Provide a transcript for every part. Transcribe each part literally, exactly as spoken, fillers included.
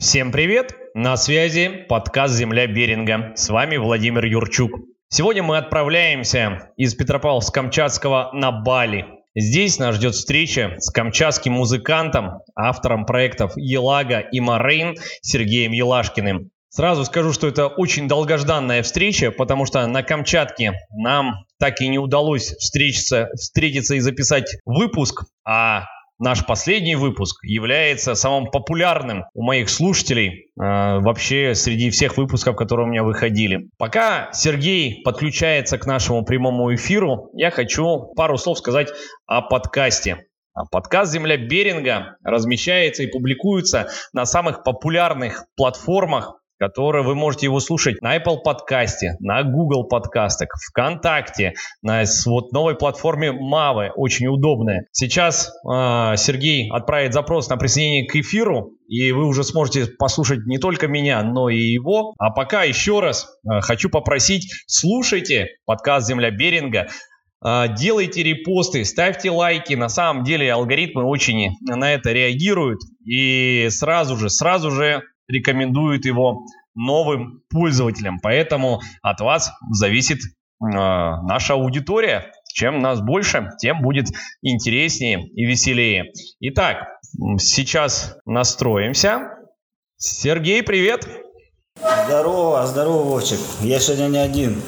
Всем привет! На связи подкаст «Земля Беринга». С вами Владимир Юрчук. Сегодня мы отправляемся из Петропавловска-Камчатского на Бали. Здесь нас ждет встреча с камчатским музыкантом, автором проектов «Елага» и «Морейн» Сергеем Елашкиным. Сразу скажу, что это очень долгожданная встреча, потому что на Камчатке нам так и не удалось встретиться, встретиться и записать выпуск, а наш последний выпуск является самым популярным у моих слушателей э, вообще среди всех выпусков, которые у меня выходили. Пока Сергей подключается к нашему прямому эфиру, я хочу пару слов сказать о подкасте. Подкаст «Земля Беринга» размещается и публикуется на самых популярных платформах, которые вы можете его слушать на Apple подкасте, на Google подкастах, ВКонтакте, на вот новой платформе Мавы, очень удобная. Сейчас э, Сергей отправит запрос на присоединение к эфиру, и вы уже сможете послушать не только меня, но и его. А пока еще раз э, хочу попросить, слушайте подкаст «Земля Беринга», э, делайте репосты, ставьте лайки. На самом деле алгоритмы очень на это реагируют и сразу же, сразу же рекомендуют его новым пользователям. Поэтому от вас зависит э, наша аудитория. Чем нас больше, тем будет интереснее и веселее. Итак, сейчас настроимся. Сергей, привет! Здорово, здорово, Вовчик. Я сегодня не один.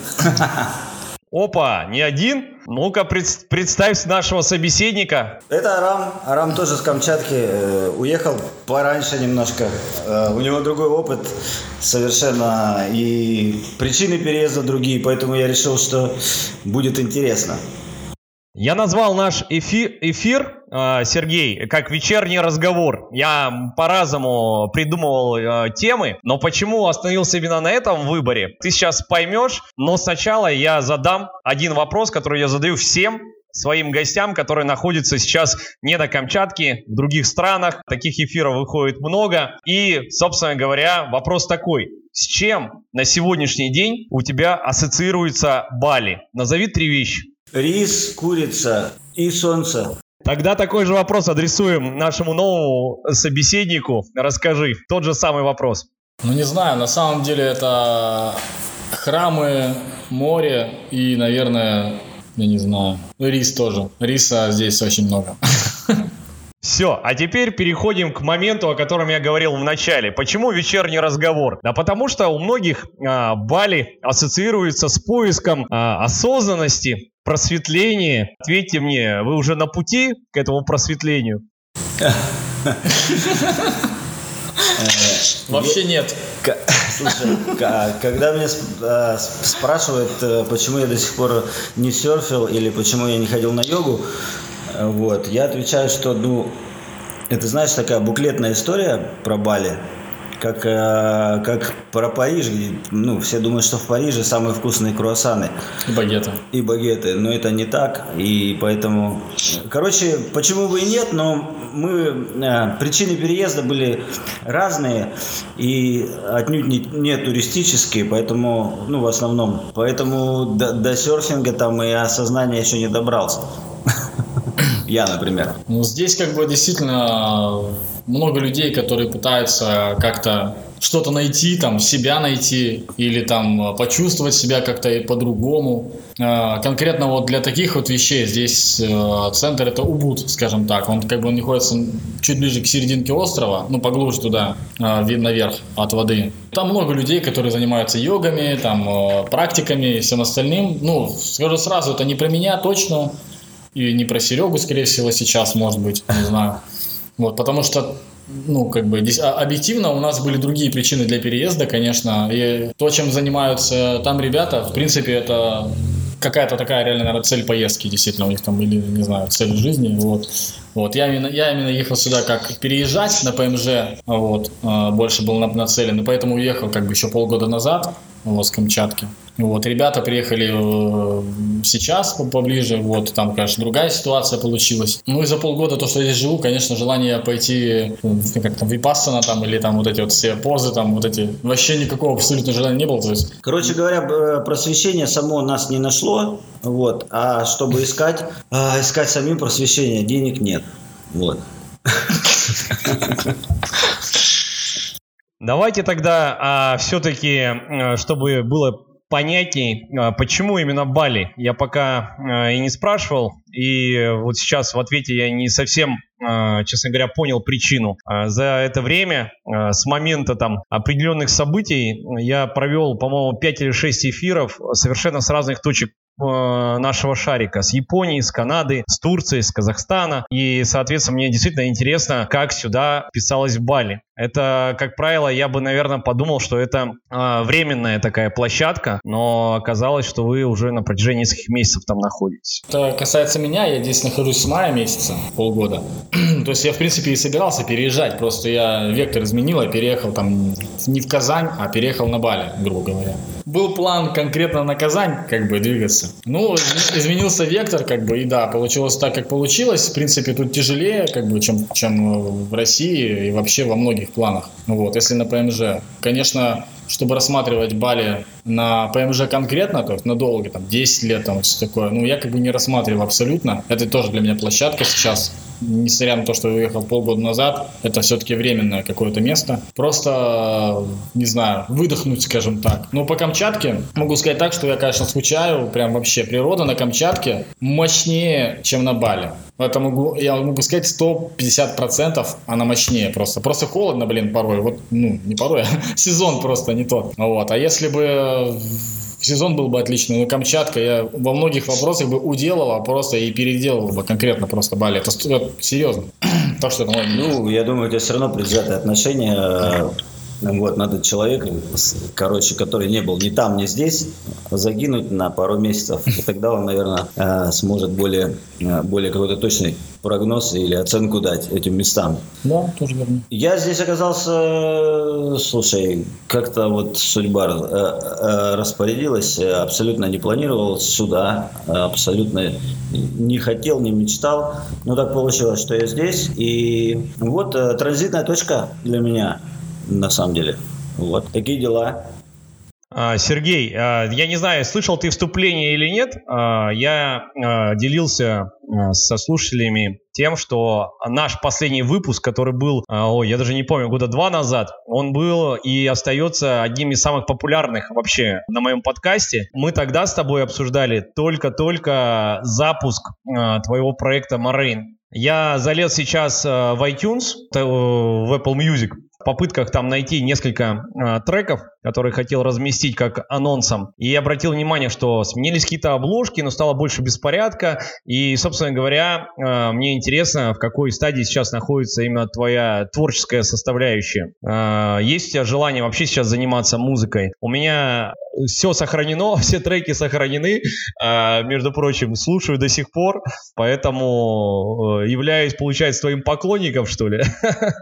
Опа, не один? Ну-ка, пред, представь нашего собеседника. Это Арам. Арам тоже с Камчатки. Э, уехал пораньше немножко. Э, у него другой опыт совершенно. И причины переезда другие. Поэтому я решил, что будет интересно. Я назвал наш эфир, эфир э, Сергей, как вечерний разговор. Я по-разному придумывал э, темы, но почему остановился именно на этом выборе, ты сейчас поймешь. Но сначала я задам один вопрос, который я задаю всем своим гостям, которые находятся сейчас не на Камчатке, в других странах. Таких эфиров выходит много. И, собственно говоря, вопрос такой. С чем на сегодняшний день у тебя ассоциируется Бали? Назови три вещи. Рис, курица и солнце. Тогда такой же вопрос адресуем нашему новому собеседнику. Расскажи, тот же самый вопрос. Ну, не знаю, на самом деле это храмы, море и, наверное, я не знаю, рис тоже. Риса здесь очень много. Все, а теперь переходим к моменту, о котором я говорил в начале. Почему вечерний разговор? Да потому что у многих а, Бали ассоциируется с поиском а, осознанности, просветления. Ответьте мне, вы уже на пути к этому просветлению? Вообще нет. Слушай, когда меня спрашивают, почему я до сих пор не серфил или почему я не ходил на йогу, вот, я отвечаю, что, ну, это, знаешь, такая буклетная история про Бали, как, э, как про Париж, где, ну, все думают, что в Париже самые вкусные круассаны. И багеты. И багеты, но это не так, и поэтому, короче, почему бы и нет, но мы, э, причины переезда были разные, и отнюдь не, не туристические, поэтому, ну, в основном, поэтому до, до серфинга там и осознания еще не добрался. Я, например. Ну, здесь как бы действительно много людей, которые пытаются как-то что-то найти, там, себя найти или там почувствовать себя как-то и по-другому. Конкретно вот для таких вот вещей здесь центр — это Убуд, скажем так. Он как бы он находится чуть ближе к серединке острова, ну, поглубже туда, вид наверх от воды. Там много людей, которые занимаются йогами, там, практиками и всем остальным. Ну, скажу сразу, это не про меня точно. И не про Серегу, скорее всего, сейчас, может быть, не знаю. Вот, потому что, ну, как бы, объективно у нас были другие причины для переезда, конечно. И то, чем занимаются там ребята, в принципе, это какая-то такая реально, наверное, цель поездки, действительно, у них там, или, не знаю, цель жизни, вот. Вот, я именно, я именно ехал сюда как переезжать на ПМЖ, вот, больше был нацелен, и поэтому уехал как бы еще полгода назад, вот, с Камчатки. Вот, ребята приехали сейчас поближе, вот, там, конечно, другая ситуация получилась. Ну и за полгода то, что я здесь живу, конечно, желание пойти, как там, випассана там, или там вот эти вот все позы, там, вот эти, вообще никакого абсолютно желания не было. То есть... Короче говоря, просвещение само нас не нашло, вот, а чтобы искать, искать самим просвещение, денег нет, вот. Давайте тогда а, все-таки, а, чтобы было понятней, а, почему именно Бали, я пока а, и не спрашивал, и вот сейчас в ответе я не совсем, а, честно говоря, понял причину. А, за это время, а, с момента там определенных событий, я провел, по-моему, пять или шесть эфиров совершенно с разных точек нашего шарика, с Японии, с Канады, с Турции, с Казахстана. И, соответственно, мне действительно интересно, как сюда вписалась Бали. Это, как правило, я бы, наверное, подумал, что это э, временная такая площадка, но оказалось, что вы уже на протяжении нескольких месяцев там находитесь. Это касается меня, я здесь нахожусь с мая месяца, полгода. То есть я, в принципе, и собирался переезжать, просто я вектор изменил, я переехал там не в Казань, а переехал на Бали, грубо говоря. Был план конкретно на Казань, как бы, двигаться. Ну, изменился вектор, как бы, и да, получилось так, как получилось. В принципе, тут тяжелее, как бы, чем, чем в России и вообще во многих планах. Вот, если на ПМЖ. Конечно, чтобы рассматривать Бали на ПМЖ конкретно, то есть надолго, там, десять лет, там, все такое, ну, я как бы не рассматривал абсолютно. Это тоже для меня площадка сейчас. Несмотря на то, что я уехал полгода назад, это все-таки временное какое-то место. Просто, не знаю, выдохнуть, скажем так. Но по Камчатке могу сказать так, что я, конечно, скучаю. Прям вообще природа на Камчатке мощнее, чем на Бали. Это могу, я могу сказать, сто пятьдесят процентов она мощнее просто. Просто холодно, блин, порой. Вот, ну, не порой, а сезон просто не тот. Вот. А если бы сезон был бы отличный, но Камчатка я во многих вопросах бы уделала просто и переделала бы конкретно просто Бали. Это, это серьезно. Так что это мой мнение. Ну, я думаю, у тебя все равно предвзятое отношение. Вот, надо человека, короче, который не был ни там, ни здесь, загинуть на пару месяцев. И тогда он, наверное, сможет более, более какой-то точный прогноз или оценку дать этим местам. Да, тоже верно. Я здесь оказался, слушай, как-то вот судьба распорядилась, абсолютно не планировал сюда, абсолютно не хотел, не мечтал. Но так получилось, что я здесь. И вот транзитная точка для меня. На самом деле. Вот. Такие дела. Сергей, я не знаю, слышал ты вступление или нет. Я делился со слушателями тем, что наш последний выпуск, который был, ой, я даже не помню, года два назад, он был и остается одним из самых популярных вообще на моем подкасте. Мы тогда с тобой обсуждали только-только запуск твоего проекта Moraine. Я залез сейчас в iTunes, в Apple Music, в попытках там найти несколько э, треков, которые хотел разместить как анонсом. И обратил внимание, что сменились какие-то обложки, но стало больше беспорядка. И, собственно говоря, э, мне интересно, в какой стадии сейчас находится именно твоя творческая составляющая. Э, есть у тебя желание вообще сейчас заниматься музыкой? У меня все сохранено, все треки сохранены, э, между прочим, слушаю до сих пор, поэтому э, являюсь, получается, твоим поклонником, что ли?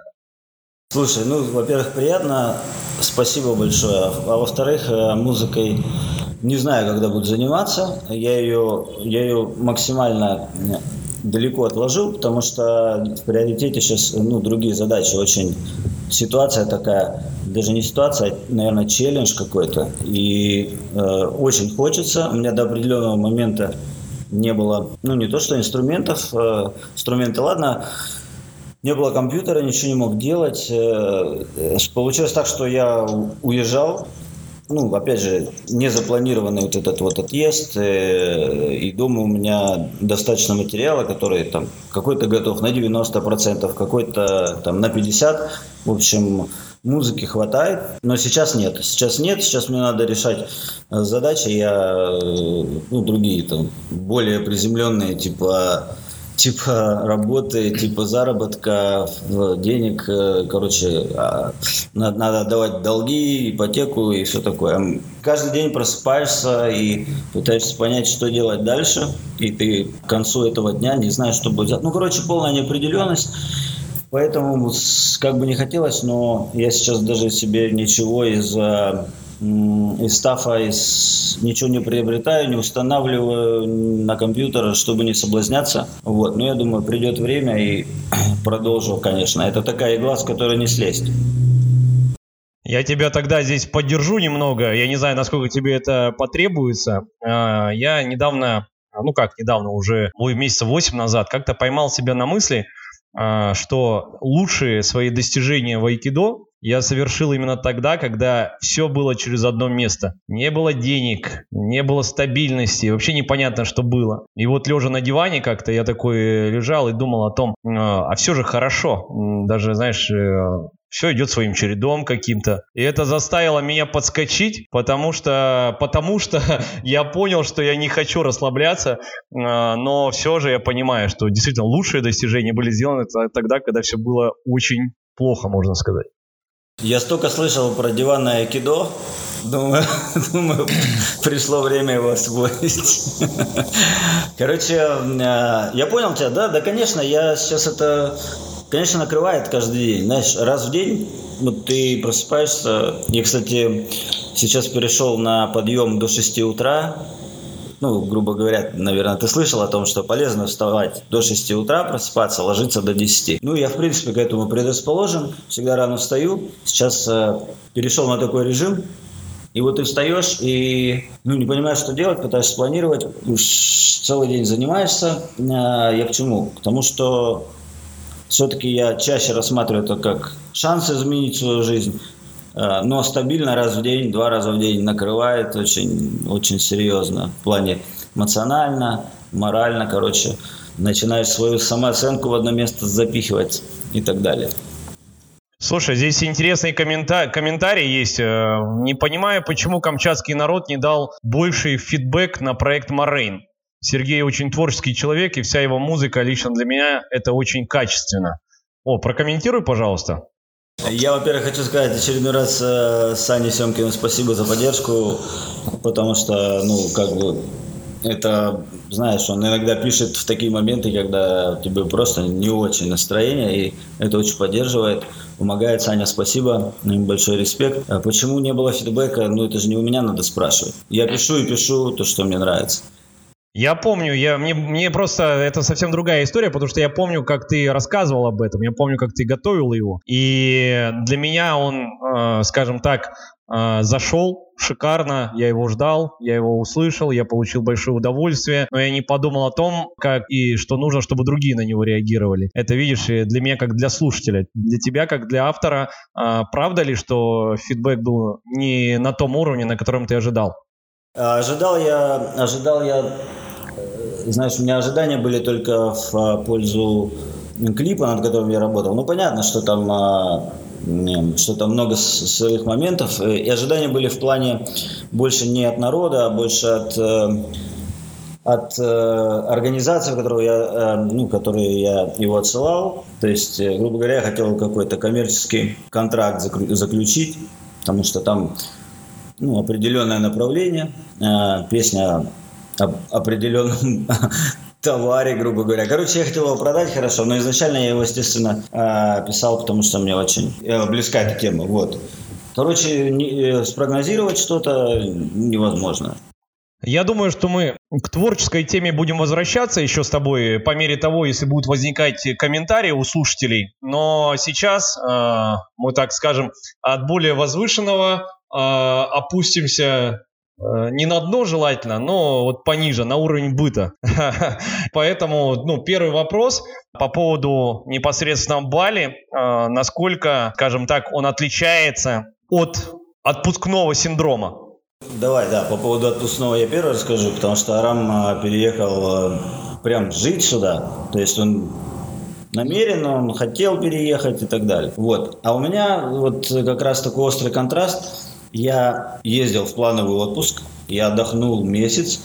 Слушай, ну, во-первых, приятно, спасибо большое. А во-вторых, музыкой не знаю, когда буду заниматься. Я ее, я ее максимально далеко отложил, потому что в приоритете сейчас, ну, другие задачи. Очень ситуация такая, даже не ситуация, а, наверное, челлендж какой-то. И э, очень хочется. У меня до определенного момента не было, ну, не то что инструментов, э, инструменты, ладно. Не было компьютера, ничего не мог делать. Получилось так, что я уезжал. Ну, опять же, незапланированный вот этот вот отъезд. И дома у меня достаточно материала, который там какой-то готов на девяносто процентов, какой-то там на пятьдесят процентов. В общем, музыки хватает. Но сейчас нет. Сейчас нет. Сейчас мне надо решать задачи. Я, ну, другие там, более приземленные, типа... Типа работы, типа заработка, денег, короче, надо, надо отдавать долги, ипотеку и все такое. Каждый день просыпаешься и пытаешься понять, что делать дальше, и ты к концу этого дня не знаешь, что будет. Ну, короче, полная неопределенность, поэтому как бы не хотелось, но я сейчас даже себе ничего из... из стафа, из... ничего не приобретаю, не устанавливаю на компьютер, чтобы не соблазняться. Вот. Но я думаю, придет время и продолжу, конечно. Это такая игла, с которой не слезть. Я тебя тогда здесь поддержу немного. Я не знаю, насколько тебе это потребуется. Я недавно, ну как недавно, уже месяца восемь назад, как-то поймал себя на мысли, что лучшие свои достижения в айкидо я совершил именно тогда, когда все было через одно место. Не было денег, не было стабильности, вообще непонятно, что было. И вот лежа на диване как-то, я такой лежал и думал о том, а все же хорошо. Даже, знаешь, все идет своим чередом каким-то. И это заставило меня подскочить, потому что, потому что я понял, что я не хочу расслабляться, но все же я понимаю, что действительно лучшие достижения были сделаны тогда, когда все было очень плохо, можно сказать. Я столько слышал про диванное айкидо, думаю, думаю, пришло время его освоить. Короче, я понял тебя, да? Да, конечно, я сейчас это... Конечно, накрывает каждый день. Знаешь, раз в день вот ты просыпаешься. Я, кстати, сейчас перешел на подъем до шести утра. Ну, грубо говоря, наверное, ты слышал о том, что полезно вставать до шести утра, просыпаться, ложиться до десяти. Ну, я, в принципе, к этому предрасположен. Всегда рано встаю. Сейчас э, перешел на такой режим. И вот ты встаешь и ну, не понимаешь, что делать, пытаешься спланировать. Уж целый день занимаешься. Э, я к чему? К тому, что все-таки я чаще рассматриваю это как шанс изменить свою жизнь, но стабильно раз в день, два раза в день накрывает очень, очень серьезно в плане эмоционально, морально, короче, начинаешь свою самооценку в одно место запихивать и так далее. Слушай, здесь интересный коммента- комментарий есть. Не понимаю, почему камчатский народ не дал больший фидбэк на проект Морейн. Сергей очень творческий человек, и вся его музыка лично для меня это очень качественно. О, прокомментируй, пожалуйста. Я, во-первых, хочу сказать очередной раз э, Сане Семкину спасибо за поддержку, потому что, ну, как бы, это, знаешь, он иногда пишет в такие моменты, когда тебе просто не очень настроение, и это очень поддерживает, помогает. Саня, спасибо, большой респект. А почему не было фидбэка? Ну, это же не у меня надо спрашивать. Я пишу и пишу то, что мне нравится. Я помню, я, мне, мне просто это совсем другая история, потому что я помню, как ты рассказывал об этом, я помню, как ты готовил его, и для меня он, э, скажем так, э, зашел шикарно, я его ждал, я его услышал, я получил большое удовольствие, но я не подумал о том, как и что нужно, чтобы другие на него реагировали. Это, видишь, для меня как для слушателя, для тебя как для автора, э, правда ли, что фидбэк был не на том уровне, на котором ты ожидал? Ожидал я, ожидал я, знаешь, у меня ожидания были только в пользу клипа, над которым я работал. Ну, понятно, что там, что там много своих моментов, и ожидания были в плане больше не от народа, а больше от, от организации, в которую я, ну, которой я его отсылал. То есть, грубо говоря, я хотел какой-то коммерческий контракт заключить, потому что там ну, определенное направление, э, песня об определенном товаре, грубо говоря. Короче, я хотел его продать хорошо, но изначально я его, естественно, э, писал, потому что мне очень э, близка эта тема. Вот. Короче, не, э, спрогнозировать что-то невозможно. Я думаю, что мы к творческой теме будем возвращаться еще с тобой по мере того, если будут возникать комментарии у слушателей. Но сейчас э, мы, так скажем, от более возвышенного э, опустимся э, не на дно желательно, но вот пониже, на уровень быта. Поэтому ну, первый вопрос по поводу непосредственно Бали. Э, насколько, скажем так, он отличается от отпускного синдрома? Давай, да, по поводу отпускного я первый расскажу, потому что Арам а, переехал а, прям жить сюда, то есть он намеренно, он хотел переехать и так далее. Вот. А у меня вот как раз такой острый контраст. Я ездил в плановый отпуск, я отдохнул месяц,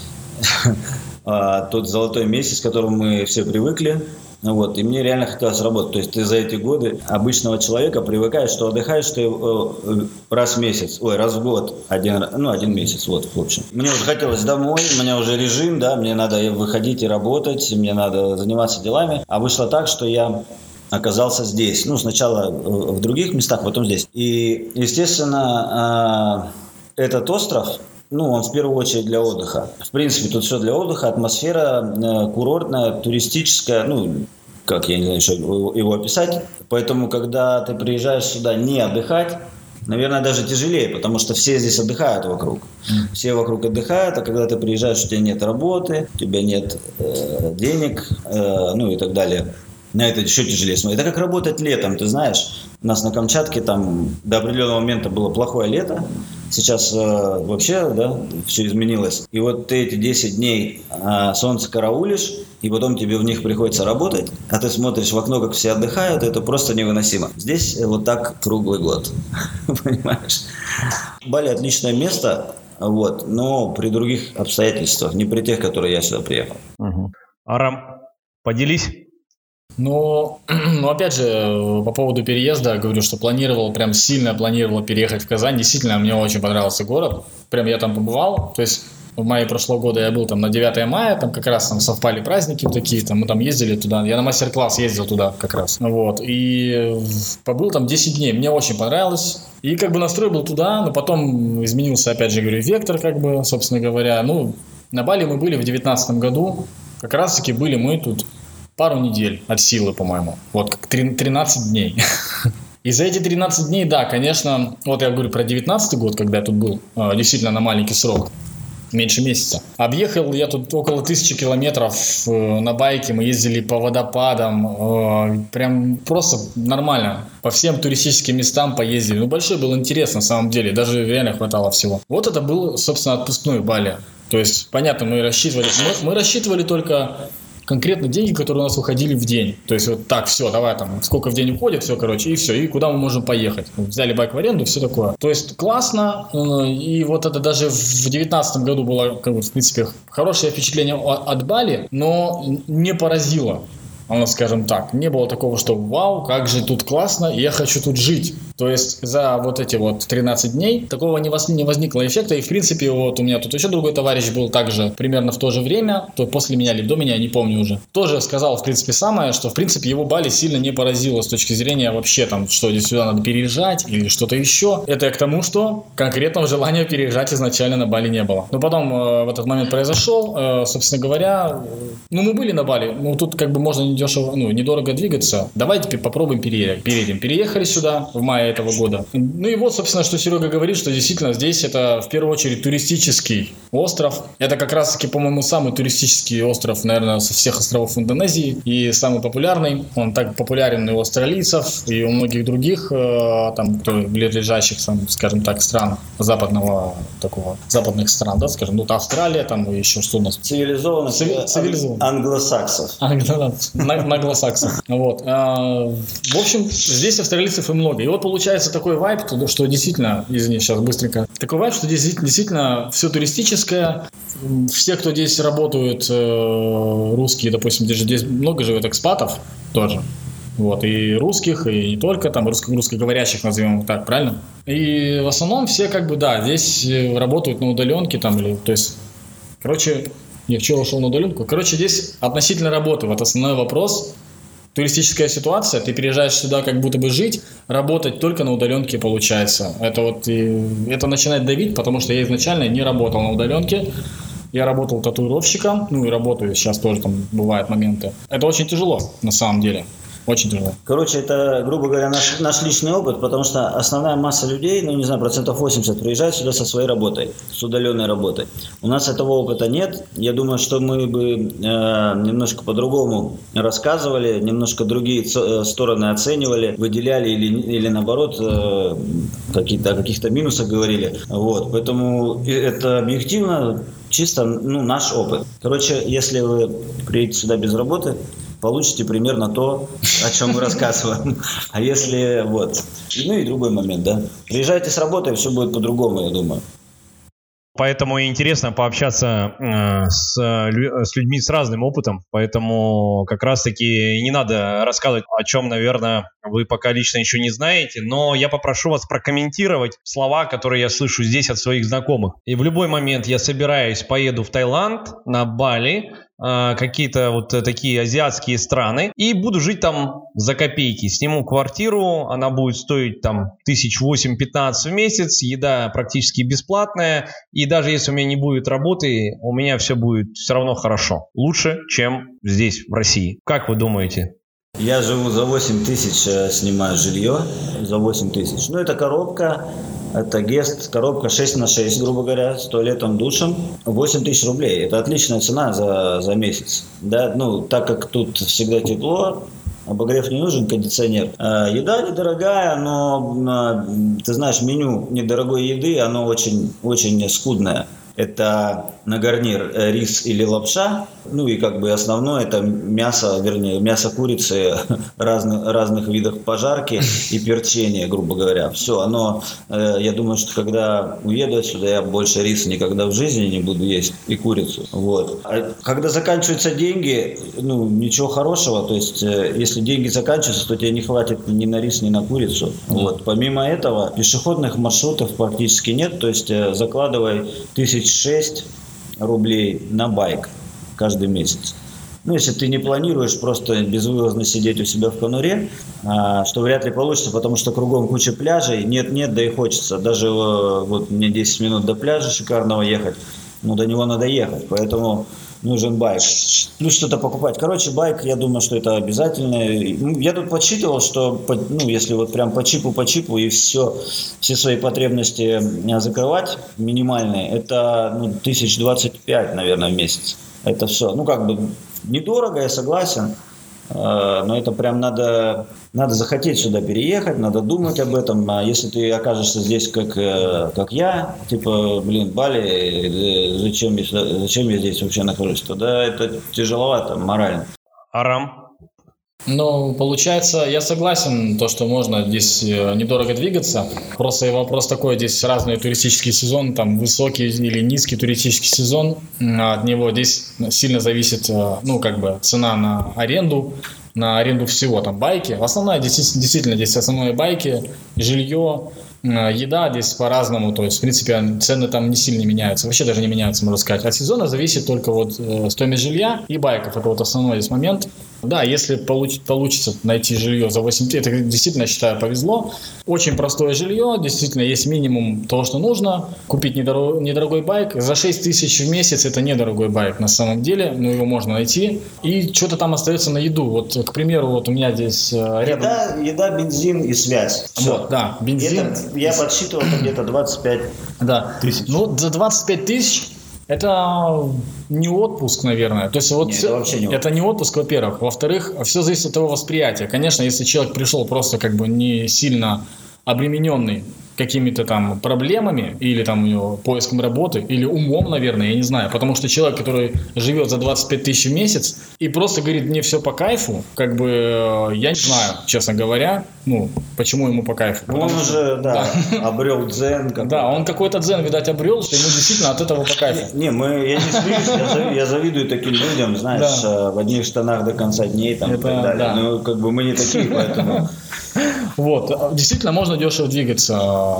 тот золотой месяц, к которому мы все привыкли. Вот, и мне реально хотелось работать. То есть ты за эти годы обычного человека привыкаешь, что отдыхаешь ты э, раз в месяц, ой, раз в год, один, ну, один месяц, вот, в общем. Мне уже хотелось домой, у меня уже режим, да, мне надо выходить и работать, мне надо заниматься делами. А вышло так, что я оказался здесь. Ну, сначала в других местах, потом здесь. И, естественно, э, этот остров, ну, он в первую очередь для отдыха. В принципе, тут все для отдыха, атмосфера э, курортная, туристическая, ну, как я не знаю еще его описать. Поэтому, когда ты приезжаешь сюда не отдыхать, наверное, даже тяжелее, потому что все здесь отдыхают вокруг. Все вокруг отдыхают, а когда ты приезжаешь, у тебя нет работы, у тебя нет э, денег, э, ну и так далее. На это еще тяжелее смотреть. Это как работать летом, ты знаешь. У нас на Камчатке там до определенного момента было плохое лето. Сейчас э, вообще, да, все изменилось. И вот ты эти десять дней э, солнце караулишь, и потом тебе в них приходится работать, а ты смотришь в окно, как все отдыхают, это просто невыносимо. Здесь вот так круглый год, понимаешь? Бали отличное место, вот, но при других обстоятельствах, не при тех, которые я сюда приехал. Угу. Арам, поделись. Ну, ну, опять же, по поводу переезда, говорю, что планировал, прям сильно планировал переехать в Казань. Действительно, мне очень понравился город. Прям я там побывал. То есть в мае прошлого года я был там на девятое мая, там как раз там совпали праздники такие, там мы там ездили туда. Я на мастер-класс ездил туда как раз. Вот. И побыл там десять дней. Мне очень понравилось. И как бы настрой был туда, но потом изменился, опять же, говорю, вектор, как бы, собственно говоря. Ну, на Бали мы были в девятнадцатом году. Как раз-таки были мы тут пару недель от силы, по-моему. Вот как тринадцать дней. И за эти тринадцать дней, да, конечно, вот я говорю про девятнадцатый год, когда я тут был, действительно на маленький срок, меньше месяца. Объехал я тут около тысячи километров на байке, мы ездили по водопадам, прям просто нормально. По всем туристическим местам поездили. Ну, большой был интерес на самом деле, даже реально хватало всего. Вот это был, собственно, отпускной Бали. То есть, понятно, мы рассчитывали, мы, мы рассчитывали только конкретно деньги, которые у нас уходили в день. То есть вот так, все, давай там, сколько в день уходит, все, короче, и все, и куда мы можем поехать. Взяли байк в аренду, все такое. То есть классно, и вот это даже в девятнадцатом году было, как бы, в принципе, хорошее впечатление от Бали, но не поразило. У нас, скажем так, не было такого, что вау, как же тут классно, я хочу тут жить. То есть за вот эти вот тринадцать дней такого не, воз, не возникло эффекта. И в принципе вот у меня тут еще другой товарищ был также примерно в то же время, то после меня или до меня, не помню уже. Тоже сказал в принципе самое, что в принципе его Бали сильно не поразило с точки зрения вообще там, что здесь сюда надо переезжать или что-то еще. Это к тому, что конкретного желания переезжать изначально на Бали не было. Но потом э, в этот момент произошел, э, собственно говоря, э, ну мы были на Бали, ну тут как бы можно недешево, ну недорого двигаться. Давайте попробуем переехать. Переедем. Переехали сюда в мае этого года. Ну и вот, собственно, что Серега говорит, что действительно здесь это в первую очередь туристический остров. Это как раз-таки, по-моему, самый туристический остров, наверное, со всех островов Индонезии и самый популярный. Он так популярен и у австралийцев, и у многих других там, кто близлежащих, скажем так, стран западного такого, западных стран, да, скажем, ну, Австралия, там и еще что у нас? Цивилизованных, Цивили- цивилизованных. англосаксов. Англосаксов. Вот. В общем, здесь австралийцев и много. И вот получается такой вайб, что действительно, извини, сейчас быстренько, такой вайб, что здесь действительно все туристическое. Все, кто здесь работают, русские, допустим, здесь много живет экспатов тоже. Вот, и русских, и не только, там, русско- русскоговорящих, назовем их так, правильно? И в основном все, как бы, да, здесь работают на удаленке, там, или, то есть, короче, я вчера ушел на удаленку. Короче, здесь относительно работы, вот основной вопрос. Туристическая ситуация, ты переезжаешь сюда как будто бы жить, работать только на удаленке получается. Это вот, и, это начинает давить, потому что я изначально не работал на удаленке. Я работал татуировщиком, ну и работаю сейчас тоже, там бывают моменты. Это очень тяжело, на самом деле. Очень тяжело. Короче, это, грубо говоря, наш, наш личный опыт, потому что основная масса людей, ну, не знаю, процентов восемьдесят приезжает сюда со своей работой, с удаленной работой. У нас этого опыта нет. Я думаю, что мы бы э, немножко по-другому рассказывали, немножко другие ц- стороны оценивали, выделяли или, или наоборот, э, какие-то, о каких-то минусах говорили. Вот. Поэтому это объективно чисто, ну, наш опыт. Короче, если вы приедете сюда без работы, получите примерно то, о чем мы рассказываем. А если вот, ну и другой момент, да. Приезжайте с работы, все будет по-другому, я думаю. Поэтому интересно пообщаться э, с, с людьми с разным опытом, поэтому как раз-таки не надо рассказывать, о чем, наверное, вы пока лично еще не знаете, но я попрошу вас прокомментировать слова, которые я слышу здесь от своих знакомых. И в любой момент я собираюсь, поеду в Таиланд, на Бали, э, какие-то вот такие азиатские страны, и буду жить там за копейки. Сниму квартиру, она будет стоить там тысяч восемь-пятнадцать в месяц, еда практически бесплатная, и даже если у меня не будет работы, у меня все будет все равно хорошо. Лучше, чем здесь, в России. Как вы думаете? Я живу за восемь тысяч, снимаю жилье за восемь тысяч. Ну, это коробка, это гест, коробка шесть на шесть, грубо говоря, с туалетом, душем. восемь тысяч рублей. Это отличная цена за, за месяц. Да, ну, так как тут всегда тепло, Обогрев не нужен, кондиционер. Еда недорогая, но, ты знаешь, меню недорогой еды, оно очень, очень скудное. Это на гарнир рис или лапша, ну и как бы основное это мясо, вернее, мясо курицы разных, разных видов пожарки и перчения, грубо говоря. Все, оно, я думаю, что когда уеду отсюда, я больше риса никогда в жизни не буду есть и курицу. Вот. А когда заканчиваются деньги, ну ничего хорошего, то есть если деньги заканчиваются, то тебе не хватит ни на рис, ни на курицу. Вот. Помимо этого, пешеходных маршрутов практически нет, то есть закладывай тысяч шесть рублей на байк каждый месяц. Ну, если ты не планируешь просто безвылазно сидеть у себя в конуре, а, что вряд ли получится, потому что кругом куча пляжей, нет-нет, да и хочется. Даже вот мне десять минут до пляжа шикарного ехать, ну, до него надо ехать, поэтому нужен байк. Плюс что-то покупать. Короче, байк, я думаю, что это обязательно. Я тут подсчитывал, что, ну, если вот прям по чипу, по чипу и все, все свои потребности закрывать минимальные, это ну, тысяч двадцать пять, наверное, в месяц. Это все. Ну, как бы недорого, я согласен. Но это прям надо, надо захотеть сюда переехать, надо думать об этом. А если ты окажешься здесь, как, как я, типа, блин, Бали, зачем, зачем я здесь вообще нахожусь, тогда это тяжеловато морально. Арам? Ну, получается, я согласен, то, что можно здесь недорого двигаться. Просто вопрос такой, здесь разный туристический сезон, там высокий или низкий туристический сезон. От него здесь сильно зависит, ну, как бы цена на аренду, на аренду всего, там, байки. Основная, действительно, здесь основные байки, жилье, еда здесь по-разному, то есть, в принципе, цены там не сильно меняются, вообще даже не меняются, можно сказать. От сезона зависит только вот стоимость жилья и байков, это вот основной здесь момент. Да, если получ, получится найти жилье за восемь тысяч, это действительно, я считаю, повезло. Очень простое жилье, действительно, есть минимум того, что нужно. Купить недорог, недорогой байк. За шесть тысяч в месяц это недорогой байк на самом деле, но его можно найти. И что-то там остается на еду. Вот, к примеру, вот у меня здесь рядом... Еда, еда бензин и связь. Все. Вот, да, бензин. Это, я подсчитывал, это где-то двадцать пять да. тысяч. Ну, за двадцать пять тысяч... Это не отпуск, наверное. То есть вот Нет, все, это вообще не отпуск. Это не отпуск, во-первых. Во-вторых, все зависит от его восприятия. Конечно, если человек пришел просто как бы не сильно обремененный какими-то там проблемами или там у него поиском работы, или умом, наверное, я не знаю. Потому что человек, который живет за двадцать пять тысяч в месяц и просто говорит, мне все по кайфу, как бы я не знаю, честно говоря, ну, почему ему по кайфу. Он что, уже, да, да. обрел дзен. Какой-то. Да, он какой-то дзен, видать, обрел, что ему действительно от этого по кайфу. Не, мы, я не смеюсь, я, завидую, я завидую таким людям, знаешь, да. в одних штанах до конца дней там, Это, и так далее. да. Ну, как бы мы не такие, поэтому... Вот, действительно, можно дешево двигаться.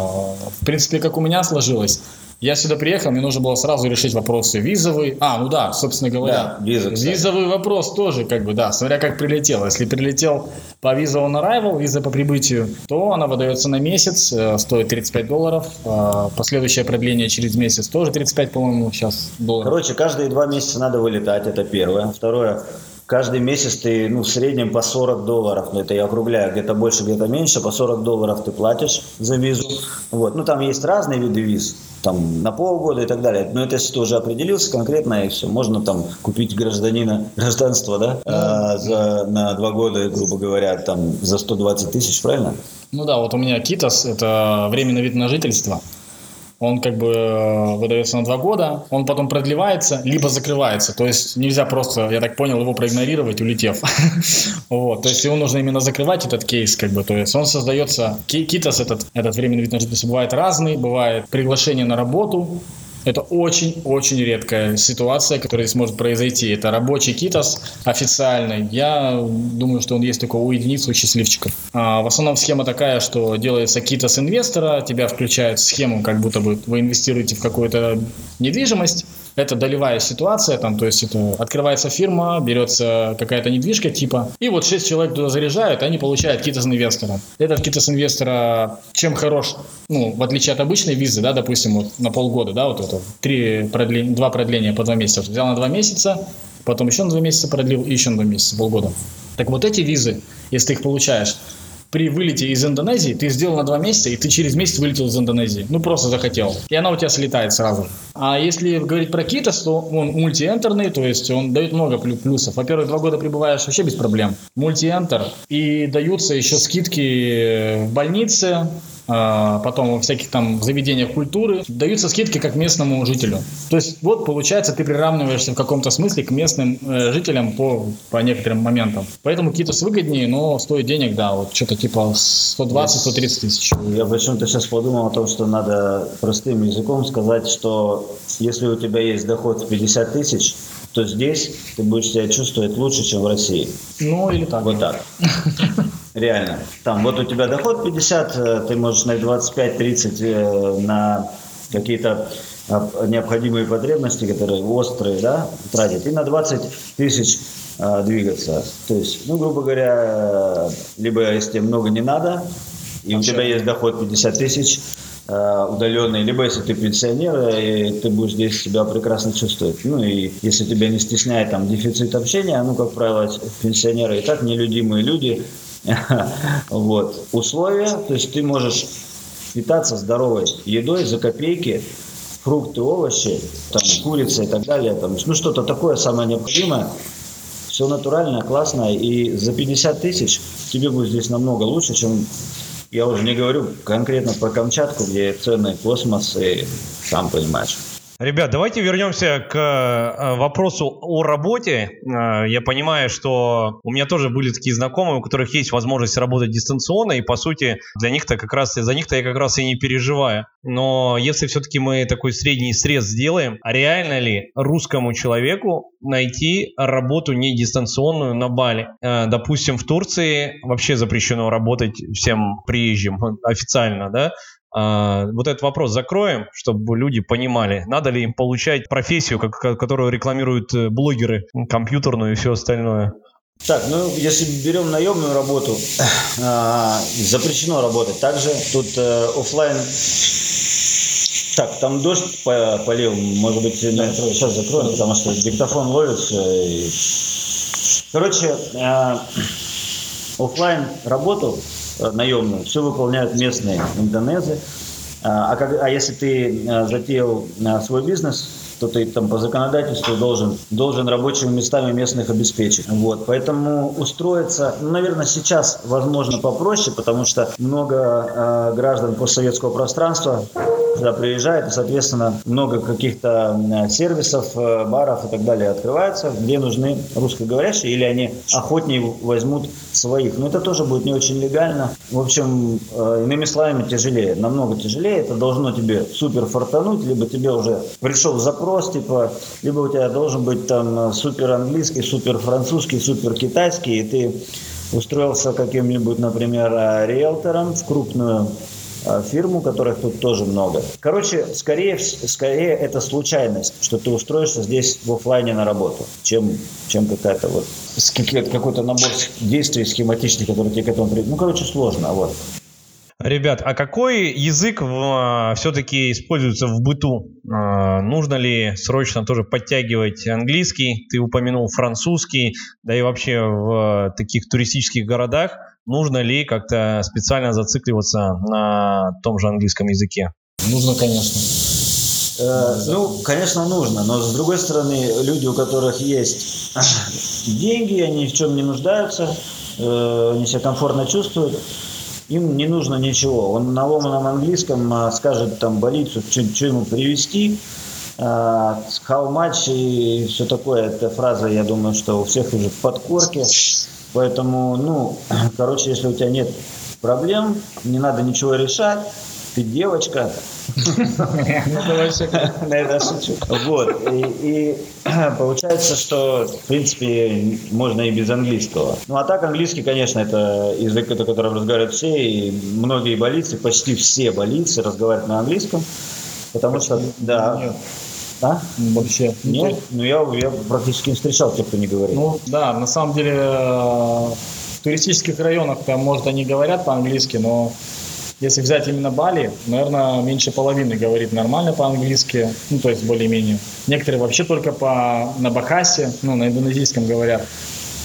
В принципе, как у меня сложилось. Я сюда приехал, мне нужно было сразу решить вопросы визовые. А, ну да, собственно говоря. Да, виза, визовый вопрос тоже, как бы, да, смотря как прилетел. Если прилетел по виза on arrival, виза по прибытию, то она выдается на месяц, стоит тридцать пять долларов. Последующее продление через месяц тоже тридцать пять, по-моему, сейчас долларов. Короче, каждые два месяца надо вылетать, это первое. Второе. Каждый месяц ты, ну, в среднем по сорок долларов, ну, это я округляю, где-то больше, где-то меньше, по сорок долларов ты платишь за визу. Вот. Ну, там есть разные виды виз, там, на полгода и так далее. Но это если ты уже определился конкретно, и все, можно там купить гражданина, гражданство, да, а, за, на два года, грубо говоря, там, за сто двадцать тысяч, правильно? Ну да, вот у меня Китос, это временный вид на жительство. Он как бы выдается на два года, он потом продлевается, либо закрывается. То есть нельзя просто, я так понял, его проигнорировать, улетев. Вот. То есть его нужно именно закрывать, этот кейс, как бы. То есть он создается, Китос, этот, этот временный вид на жительство, бывает разный, бывает приглашение на работу. Это очень-очень редкая ситуация, которая здесь может произойти. Это рабочий Китос официальный. Я думаю, что он есть только у единиц, у счастливчиков. А в основном схема такая, что делается Китос инвестора, тебя включают в схему, как будто бы вы инвестируете в какую-то недвижимость. Это долевая ситуация, там, то есть это открывается фирма, берется какая-то недвижка типа, и вот шесть человек туда заряжают, и они получают Китос инвестора. Этот Китос инвестора чем хорош, ну, в отличие от обычной визы, да, допустим, вот на полгода, да, вот это, три продления, два продления по два месяца. Взял на два месяца, потом еще на два месяца продлил, и еще на два месяца, полгода. Так вот эти визы, если ты их получаешь, при вылете из Индонезии ты сделал на два месяца, и ты через месяц вылетел из Индонезии. Ну, просто захотел. И она у тебя слетает сразу. А если говорить про Китос, то он мультиэнтерный, то есть он дает много плюсов. Во-первых, два года пребываешь вообще без проблем. Мультиэнтер. И даются еще скидки в больнице, потом во всяких там заведениях культуры. Даются скидки как местному жителю. То есть вот получается ты приравниваешься в каком-то смысле к местным э, жителям по, по некоторым моментам. Поэтому Китос выгоднее, но стоит денег, да, вот что-то типа сто двадцать - сто тридцать тысяч. Я почему-то сейчас подумал о том, что надо простым языком сказать, что если у тебя есть доход в пятьдесят тысяч, то здесь ты будешь себя чувствовать лучше, чем в России. Ну или так. Вот так. Реально. Там вот у тебя доход пятьдесят, ты можешь на двадцать пять - тридцать на какие-то необходимые потребности, которые острые, да, тратить, и на двадцать тысяч двигаться. То есть, ну, грубо говоря, либо если тебе много не надо, и у тебя есть доход пятьдесят тысяч удаленный, либо если ты пенсионер, и ты будешь здесь себя прекрасно чувствовать. Ну и если тебя не стесняет там дефицит общения, ну, как правило, пенсионеры и так нелюдимые люди. Вот. Условия, то есть ты можешь питаться здоровой едой за копейки, фрукты, овощи, там, курица и так далее, там, ну что-то такое самое необходимое, все натуральное, классное, и за пятьдесят тысяч тебе будет здесь намного лучше, чем, я уже не говорю конкретно про Камчатку, где цены космос, и сам понимаешь. Ребят, давайте вернемся к вопросу о работе. Я понимаю, что у меня тоже были такие знакомые, у которых есть возможность работать дистанционно, и по сути для них-то как раз, за них-то я как раз и не переживаю. Но если все-таки мы такой средний срез сделаем, а реально ли русскому человеку найти работу не дистанционную на Бали? Допустим, в Турции вообще запрещено работать всем приезжим официально, да? Uh, вот этот вопрос закроем, чтобы люди понимали, надо ли им получать профессию, как, которую рекламируют блогеры, компьютерную и все остальное. Так, ну если берем наемную работу, э, запрещено работать. Также тут э, офлайн. Так, там дождь полил, может быть, да, сейчас закроем, потому что диктофон ловит. И... Короче, э, офлайн работу наемную, все выполняют местные индонезы. А, как, а если ты а, затеял а, свой бизнес, то ты там по законодательству должен, должен рабочими местами местных обеспечить. Вот. Поэтому устроиться, ну, наверное, сейчас возможно попроще, потому что много э, граждан постсоветского пространства сюда приезжает, и, соответственно, много каких-то э, сервисов, э, баров и так далее открывается, где нужны русскоговорящие, или они охотнее возьмут своих. Но это тоже будет не очень легально. В общем, э, иными словами, тяжелее, намного тяжелее. Это должно тебе супер фартануть, либо тебе уже пришел запрос, типа, либо у тебя должен быть там супер английский, супер французский, супер китайский, и ты устроился каким-нибудь, например, риэлтором в крупную фирму, которых тут тоже много. Короче, скорее, скорее это случайность, что ты устроишься здесь в офлайне на работу, чем, чем какая-то вот какой-то набор действий схематичных, который тебе к этому приведет. Ну, короче, сложно, вот. Ребят, а какой язык в, все-таки используется в быту? А, нужно ли срочно тоже подтягивать английский? Ты упомянул французский, да и вообще в таких туристических городах нужно ли как-то специально зацикливаться на том же английском языке? Нужно, конечно. Э, ну, конечно, нужно, но с другой стороны, люди, у которых есть деньги, они в чем не нуждаются, э, они себя комфортно чувствуют, им не нужно ничего. Он на ломаном английском скажет там больницу, что ему привезти, how much и все такое. Эта фраза, я думаю, что у всех уже в подкорке. Поэтому, ну, короче, если у тебя нет проблем, не надо ничего решать, ты девочка. На это шучу. Вот. И получается, что, в принципе, можно и без английского. Ну, а так, английский, конечно, это язык, на котором разговаривают все, и многие больницы, почти все больницы разговаривают на английском, потому что, да... А? Вообще. Нет, ну я, я практически не встречал тех, кто не говорит. Ну, да, на самом деле, в туристических районах, там, может, они говорят по-английски, но если взять именно Бали, наверное, меньше половины говорит нормально по-английски, ну, то есть более-менее. Некоторые вообще только по, на Бахасе, ну, на индонезийском говорят.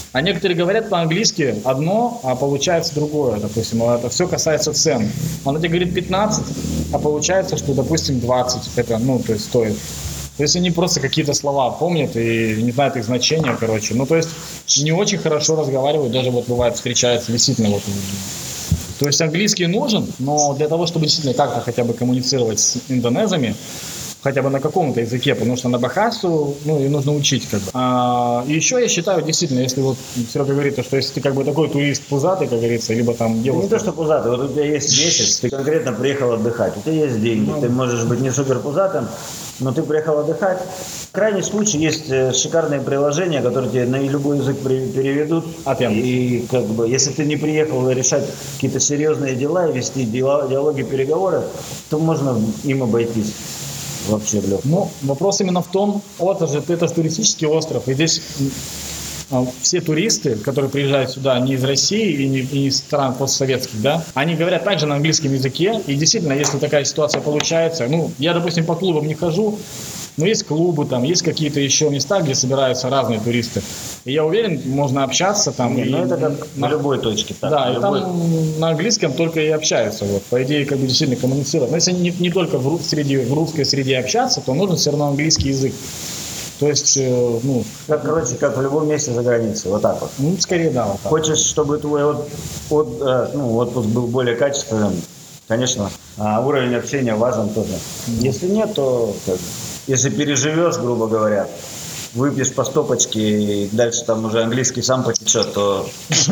А некоторые говорят по-английски одно, а получается другое. Допустим, это все касается цен. Он тебе говорит пятнадцать, а получается, что, допустим, двадцать. Это, ну, то есть стоит. То есть они просто какие-то слова помнят и не знают их значения, короче. Ну, то есть не очень хорошо разговаривают, даже вот бывает встречаются действительно вот. То есть английский нужен, но для того, чтобы действительно как-то хотя бы коммуницировать с индонезами, хотя бы на каком-то языке, потому что на бахасу, ну, и нужно учить как бы. А, и еще я считаю, действительно, если вот Серега говорит, что если ты как бы такой турист пузатый, как говорится, либо там девушка... Не то, что пузатый, вот у тебя есть месяц, ты конкретно приехал отдыхать, у тебя есть деньги, ну, ты можешь быть не супер пузатым, но ты приехал отдыхать. В крайнем случае есть шикарные приложения, которые тебе на любой язык переведут. А и, и как бы, если ты не приехал решать какие-то серьезные дела и вести диалоги, переговоры, то можно им обойтись. Вообще легко. Ну, вопрос именно в том, вот же, это же туристический остров, и здесь а, все туристы, которые приезжают сюда не из России и не, и не из стран постсоветских, да, они говорят также на английском языке, и действительно, если такая ситуация получается, ну, я, допустим, по клубам не хожу, но есть клубы, там, есть какие-то еще места, где собираются разные туристы. И я уверен, можно общаться там. Не, и, ну это как на, на любой точке. Так, да, и любой... там на английском только и общаются. Вот. По идее, как бы действительно коммуницировать. Но если не, не только в, среди, в русской среде общаться, то нужен все равно английский язык. То есть, э, ну... Как, короче, как в любом месте за границей, вот так вот. Ну, скорее, да. Вот так. Хочешь, чтобы твой от, от, ну, отпуск был более качественным, конечно, а уровень общения важен тоже. Mm-hmm. Если нет, то... Как, если переживешь, грубо говоря, выпьешь по стопочке и дальше там уже английский сам потечет, то...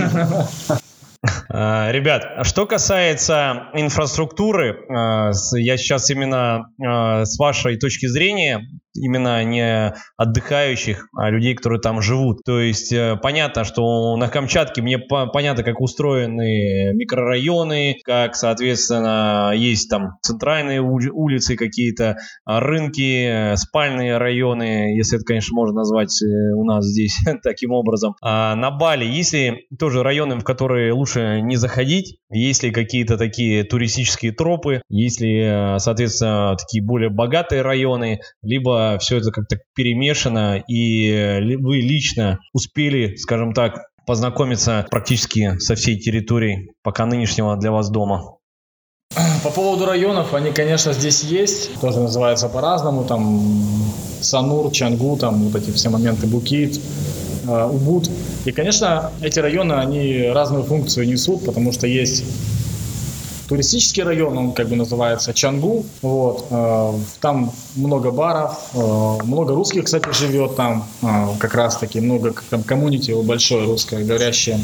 Ребят, что касается инфраструктуры, я сейчас именно с вашей точки зрения, именно не отдыхающих, а людей, которые там живут. То есть понятно, что на Камчатке мне понятно, как устроены микрорайоны, как, соответственно, есть там центральные улицы какие-то, рынки, спальные районы, если это, конечно, можно назвать у нас здесь таким образом. А на Бали есть ли тоже районы, в которые лучше не заходить? Есть ли какие-то такие туристические тропы? Есть ли, соответственно, такие более богатые районы? Либо все это как-то перемешано, и вы лично успели, скажем так, познакомиться практически со всей территорией пока нынешнего для вас дома? По поводу районов, они, конечно, здесь есть, тоже называются по-разному, там Санур, Чангу, там вот эти все моменты, Букит, Убуд. И, конечно, эти районы, они разную функцию несут, потому что есть туристический район, он как бы называется Чангу, вот, э, там много баров, э, много русских, кстати, живет там, э, как раз таки много там комьюнити большое русскоговорящее.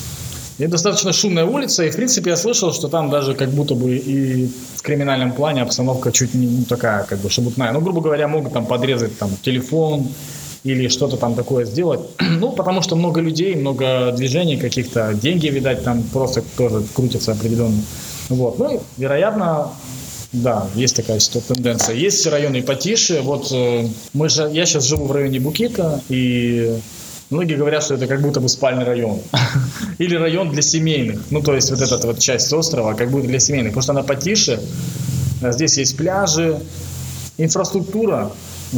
И достаточно шумная улица, и в принципе я слышал, что там даже как будто бы и в криминальном плане обстановка чуть не ну, такая, как бы шебутная. Ну, грубо говоря, могут там подрезать там телефон или что-то там такое сделать. Ну, потому что много людей, много движений каких-то, деньги, видать, там просто тоже крутятся определенно. Вот. Ну, и, вероятно, да, есть такая тенденция. Есть районы потише. Вот э, мы же, я сейчас живу в районе Букита, и многие говорят, что это как будто бы спальный район. Или район для семейных. Ну, то есть вот эта вот часть острова как будто для семейных. Потому что она потише. Здесь есть пляжи, инфраструктура.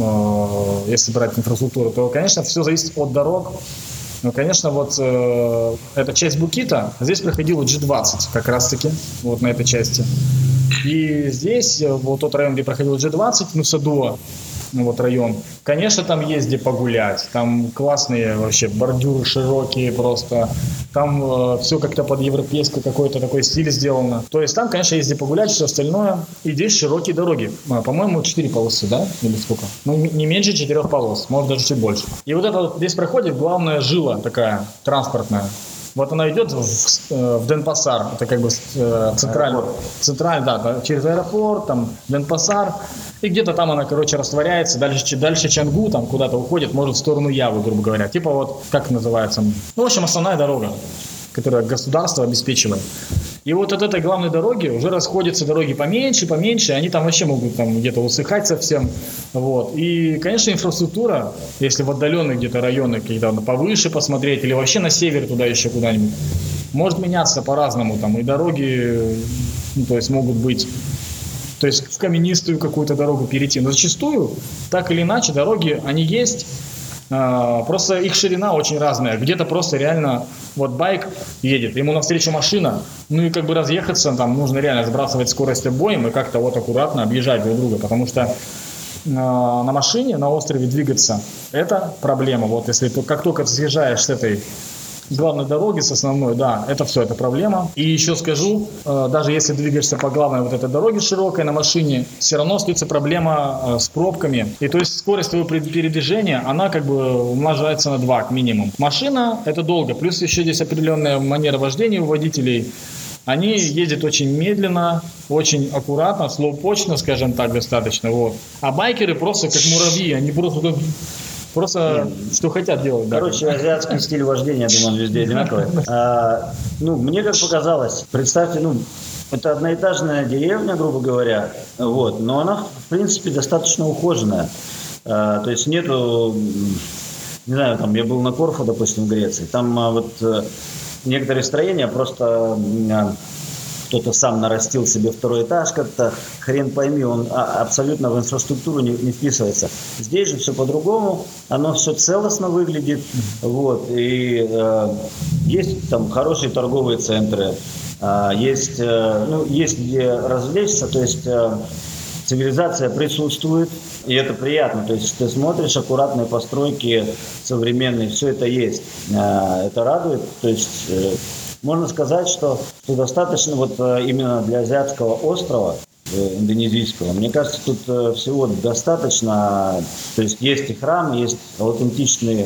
Э, если брать инфраструктуру, то, конечно, все зависит от дорог. Ну, конечно, вот э, эта часть Букита, здесь проходила джи двадцать как раз-таки, вот на этой части. И здесь, вот тот район, где проходил джи двадцать, Нусадуа, вот район, конечно, там есть где погулять, там классные вообще бордюры широкие просто, там э, все как-то под европейский какой-то такой стиль сделано. То есть там, конечно, есть где погулять, все остальное. И здесь широкие дороги, а, по-моему, четыре полосы, да, или сколько? Ну, не меньше четырех полос, может даже чуть больше. И вот это вот здесь проходит главная жила такая, транспортная. Вот она идет в, в Денпасар, это как бы центральный, центральный, да, через аэропорт, там Денпасар, и где-то там она, короче, растворяется, дальше, дальше Чангу, там куда-то уходит, может, в сторону Явы, грубо говоря, типа вот, как называется, ну, в общем, основная дорога, которую государство обеспечивает. И вот от этой главной дороги уже расходятся дороги поменьше, поменьше, они там вообще могут там где-то усыхать совсем. Вот. И, конечно, инфраструктура, если в отдаленные где-то районы какие-то повыше посмотреть, или вообще на север туда еще куда-нибудь, может меняться по-разному. Там и дороги, ну, то есть могут быть, то есть в каменистую какую-то дорогу перейти. Но зачастую, так или иначе, дороги, они есть. А, просто их ширина очень разная. Где-то просто реально вот байк едет, ему навстречу машина, ну и как бы разъехаться, там нужно реально сбрасывать скорость обоим и как-то вот аккуратно объезжать друг друга, потому что на машине, на острове двигаться, это проблема. Вот если ты, как только ты съезжаешь с этой главной дороги, с основной, да, это все, это проблема. И еще скажу, даже если двигаешься по главной вот этой дороге широкой на машине, все равно остается проблема с пробками. И то есть скорость твоего передвижения, она как бы умножается на два к минимум. Машина, это долго, плюс еще здесь определенная манера вождения у водителей. Они ездят очень медленно, очень аккуратно, слоупочно, скажем так, достаточно. Вот. А байкеры просто как муравьи, они просто, просто Нет. что хотят делать. Короче, да. Азиатский стиль вождения, я думаю, он везде одинаковый. А, ну, мне как показалось, представьте, ну, это одноэтажная деревня, грубо говоря, вот, но она, в принципе, достаточно ухоженная. А, то есть нету, не знаю, там, я был на Корфу, допустим, в Греции, там а, вот... Некоторые строения просто кто-то сам нарастил себе второй этаж как-то, хрен пойми, он абсолютно в инфраструктуру не, не вписывается. Здесь же все по-другому, оно все целостно выглядит, вот, и э, есть там хорошие торговые центры, э, есть, э, ну, есть где развлечься, то есть э, цивилизация присутствует, и это приятно. То есть ты смотришь, аккуратные постройки, современные, все это есть. Это радует. То есть можно сказать, что, что достаточно вот именно для азиатского острова, индонезийского, мне кажется, тут всего достаточно. То есть есть и храм, есть аутентичные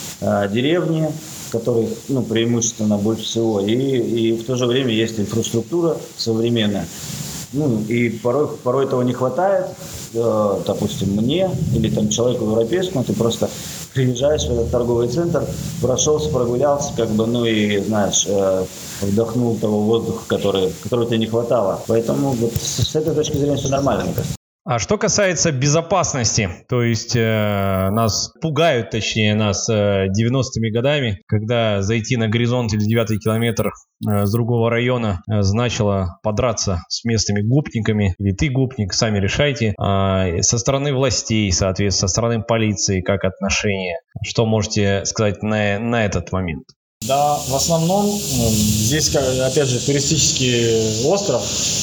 деревни, которых, ну, преимущественно больше всего, и, и в то же время есть инфраструктура современная. Ну, и порой, порой этого не хватает, э, допустим, мне или там человеку европейскому, ты просто приезжаешь в этот торговый центр, прошелся, прогулялся, как бы, ну и, знаешь, э, вдохнул того воздуха, который, которого тебе не хватало. Поэтому вот с, с этой точки зрения все нормально, мне кажется. А что касается безопасности, то есть э, нас пугают, точнее нас э, девяностыми годами, когда зайти на горизонт или девятый километр э, с другого района э, значило подраться с местными гопниками, или ты гопник, сами решайте. Э, со стороны властей, соответственно, со стороны полиции, как отношение? Что можете сказать на, на этот момент? Да, в основном здесь, опять же, туристический остров.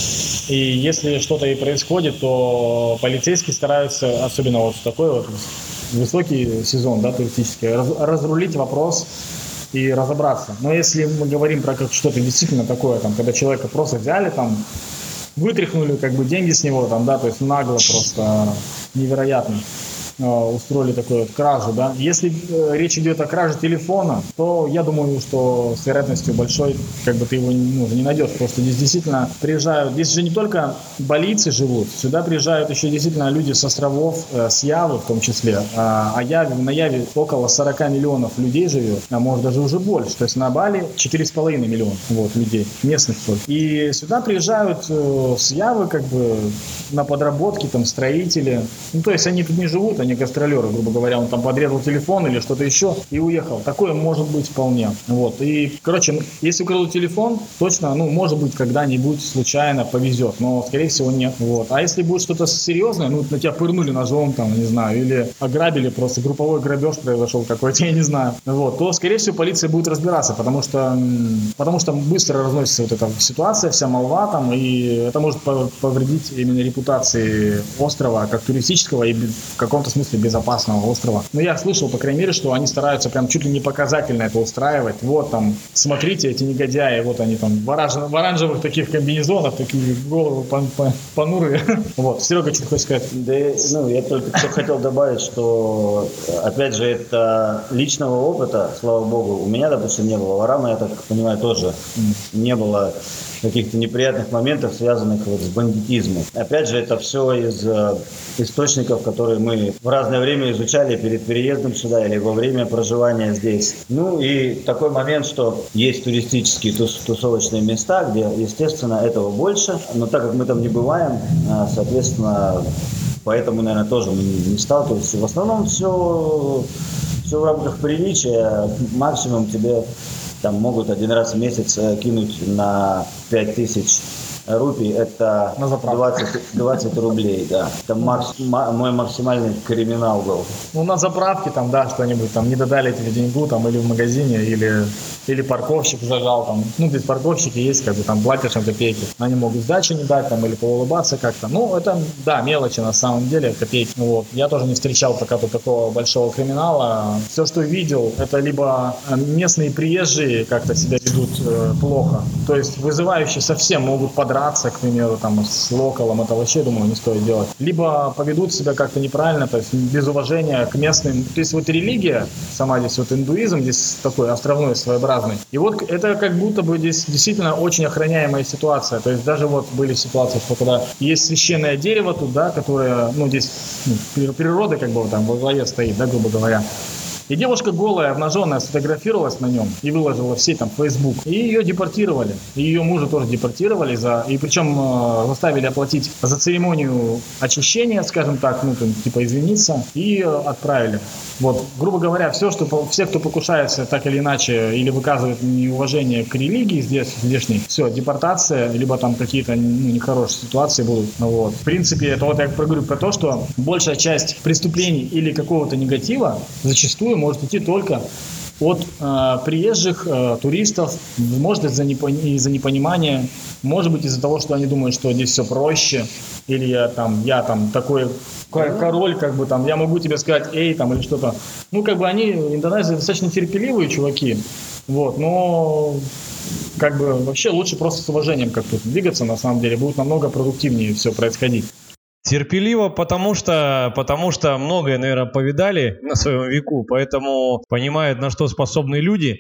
И если что-то и происходит, то полицейские стараются, особенно вот в такой вот высокий сезон, да, туристический, раз, разрулить вопрос и разобраться. Но если мы говорим про как что-то действительно такое, там, когда человека просто взяли, там, вытряхнули как бы деньги с него, там, да, то есть нагло просто невероятно устроили такую вот кражу, да. Если э, речь идет о краже телефона, то я думаю, что с вероятностью большой, как бы ты его ну, не найдешь, потому что здесь действительно приезжают, здесь же не только балийцы живут, сюда приезжают еще действительно люди с островов, э, с Явы в том числе, а, а Яве, на Яве около сорок миллионов людей живет, а может даже уже больше, то есть на Бали четыре с половиной миллиона вот, людей, местных только. И сюда приезжают э, с Явы как бы на подработки, там, строители, ну то есть они тут не живут, они гастролеры, грубо говоря, он там подрезал телефон или что-то еще и уехал. Такое может быть вполне. Вот. И, короче, если украдут телефон, точно, ну, может быть, когда-нибудь случайно повезет, но, скорее всего, нет. Вот. А если будет что-то серьезное, ну, на тебя пырнули ножом, там, не знаю, или ограбили, просто групповой грабеж произошел какой-то, я не знаю, вот, то, скорее всего, полиция будет разбираться, потому что, потому что быстро разносится вот эта ситуация, вся молва там, и это может повредить именно репутации острова, как туристического и в каком-то смысле безопасного острова. Но я слышал, по крайней мере, что они стараются прям чуть ли не показательно это устраивать. Вот там, смотрите, эти негодяи, вот они там в, оранж... в оранжевых таких комбинезонах, такие головы понурые. Вот, Серега, что хочешь сказать? Да, ну, я только что хотел добавить, что, опять же, это личного опыта, слава богу, у меня, допустим, не было. В Араме, я так понимаю, тоже не было каких-то неприятных моментов, связанных вот с бандитизмом. Опять же, это все из э, источников, которые мы в разное время изучали перед переездом сюда или во время проживания здесь. Ну и такой момент, что есть туристические тус- тусовочные места, где, естественно, этого больше, но так как мы там не бываем, э, соответственно, поэтому, наверное, тоже мы не сталкиваемся. В основном все, все в рамках приличия, максимум тебе там могут один раз в месяц кинуть на пять тысяч рупий, это На заправку. двадцать, двадцать рублей, да. Это макс, ма- мой максимальный криминал был. Ну, на заправке там, да, что-нибудь там не додали тебе деньгу, там, или в магазине, или, или парковщик зажал там. Ну, здесь парковщики есть, как бы там платишь на копейки. Они могут сдачу не дать там или поулыбаться как-то. Ну, это, да, мелочи на самом деле, копейки. Вот. Я тоже не встречал пока тут такого большого криминала. Все, что видел, это либо местные приезжие как-то себя ведут э, плохо. То есть вызывающие совсем могут подраться, к примеру, там, с локалом. Это вообще, думаю, не стоит делать. Либо поведут себя как-то неправильно, то есть без уважения к местным. То есть вот религия, сама здесь вот индуизм, здесь такой островной, своеобразный. И вот это как будто бы здесь действительно очень охраняемая ситуация. То есть даже вот были ситуации, что когда есть священное дерево тут, да, которое, ну, здесь ну, природа как бы там во главе стоит, да, грубо говоря. И девушка голая, обнаженная, сфотографировалась на нем и выложила в сеть, там, в Facebook. И ее депортировали. И ее мужа тоже депортировали. За... И причем э, заставили оплатить за церемонию очищения, скажем так, ну, там, типа извиниться, и э, отправили. Вот, грубо говоря, все, что, все, кто покушается так или иначе, или выказывает неуважение к религии здесь, здешней, все, депортация, либо там какие-то ну, нехорошие ситуации будут. Вот. В принципе, это вот я говорю про то, что большая часть преступлений или какого-то негатива зачастую может идти только от э, приезжих, э, туристов, может из-за, непон... из-за непонимания, может быть из-за того, что они думают, что здесь все проще, или я там, я там такой король, как бы там, я могу тебе сказать, эй, там, или что-то. Ну, как бы они, индонезцы, достаточно терпеливые чуваки, вот, но как бы вообще лучше просто с уважением как-то двигаться, на самом деле, будет намного продуктивнее все происходить. Терпеливо, потому что, потому что многое, наверное, повидали на своем веку, поэтому понимают, на что способны люди.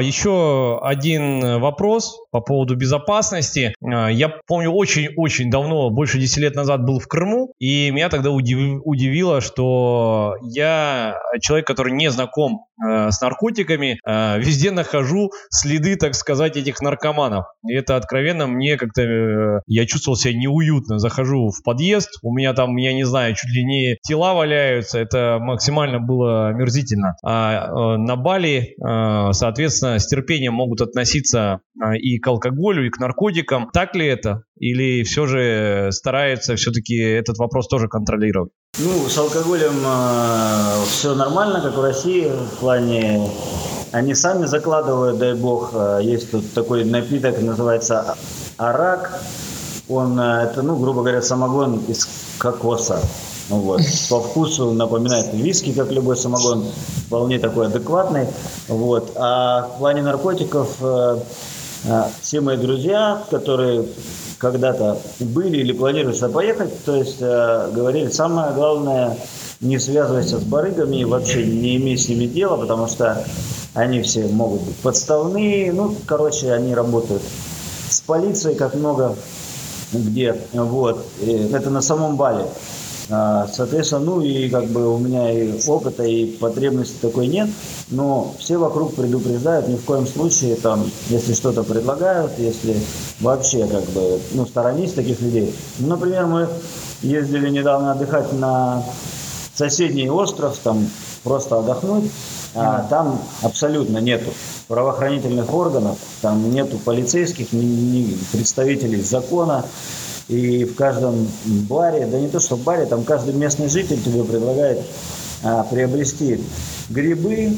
Еще один вопрос по поводу безопасности. Я помню, очень-очень давно, больше десяти лет назад был в Крыму, и меня тогда удив... удивило, что я человек, который не знаком с наркотиками, везде нахожу следы, так сказать, этих наркоманов. И это откровенно мне как-то... Я чувствовал себя неуютно. Захожу в подъезд, у меня там, я не знаю, чуть ли не тела валяются. Это максимально было омерзительно. А на Бали, соответственно, с терпением могут относиться и к алкоголю, и к наркотикам. Так ли это? Или все же стараются все-таки этот вопрос тоже контролировать? Ну, с алкоголем э, все нормально, как в России, в плане они сами закладывают, дай бог, есть тут такой напиток, называется арак, он, это, ну, грубо говоря, самогон из кокоса, ну, вот, по вкусу напоминает виски, как любой самогон, вполне такой адекватный, вот, а в плане наркотиков э, э, все мои друзья, которые когда-то были или планируют сюда поехать, то есть э, говорили, самое главное, не связывайся с барыгами и вообще не имей с ними дела, потому что они все могут быть подставные, ну, короче, они работают с полицией, как много где, вот, и это на самом Бали. Соответственно, ну и как бы у меня и опыта, и потребности такой нет, но все вокруг предупреждают, ни в коем случае, там, если что-то предлагают, если вообще как бы, ну, сторонись таких людей. Ну, например, мы ездили недавно отдыхать на соседний остров, там просто отдохнуть, а там абсолютно нету правоохранительных органов, там нету полицейских, ни, ни представителей закона. И в каждом баре, да не то что в баре, там каждый местный житель тебе предлагает а, приобрести грибы,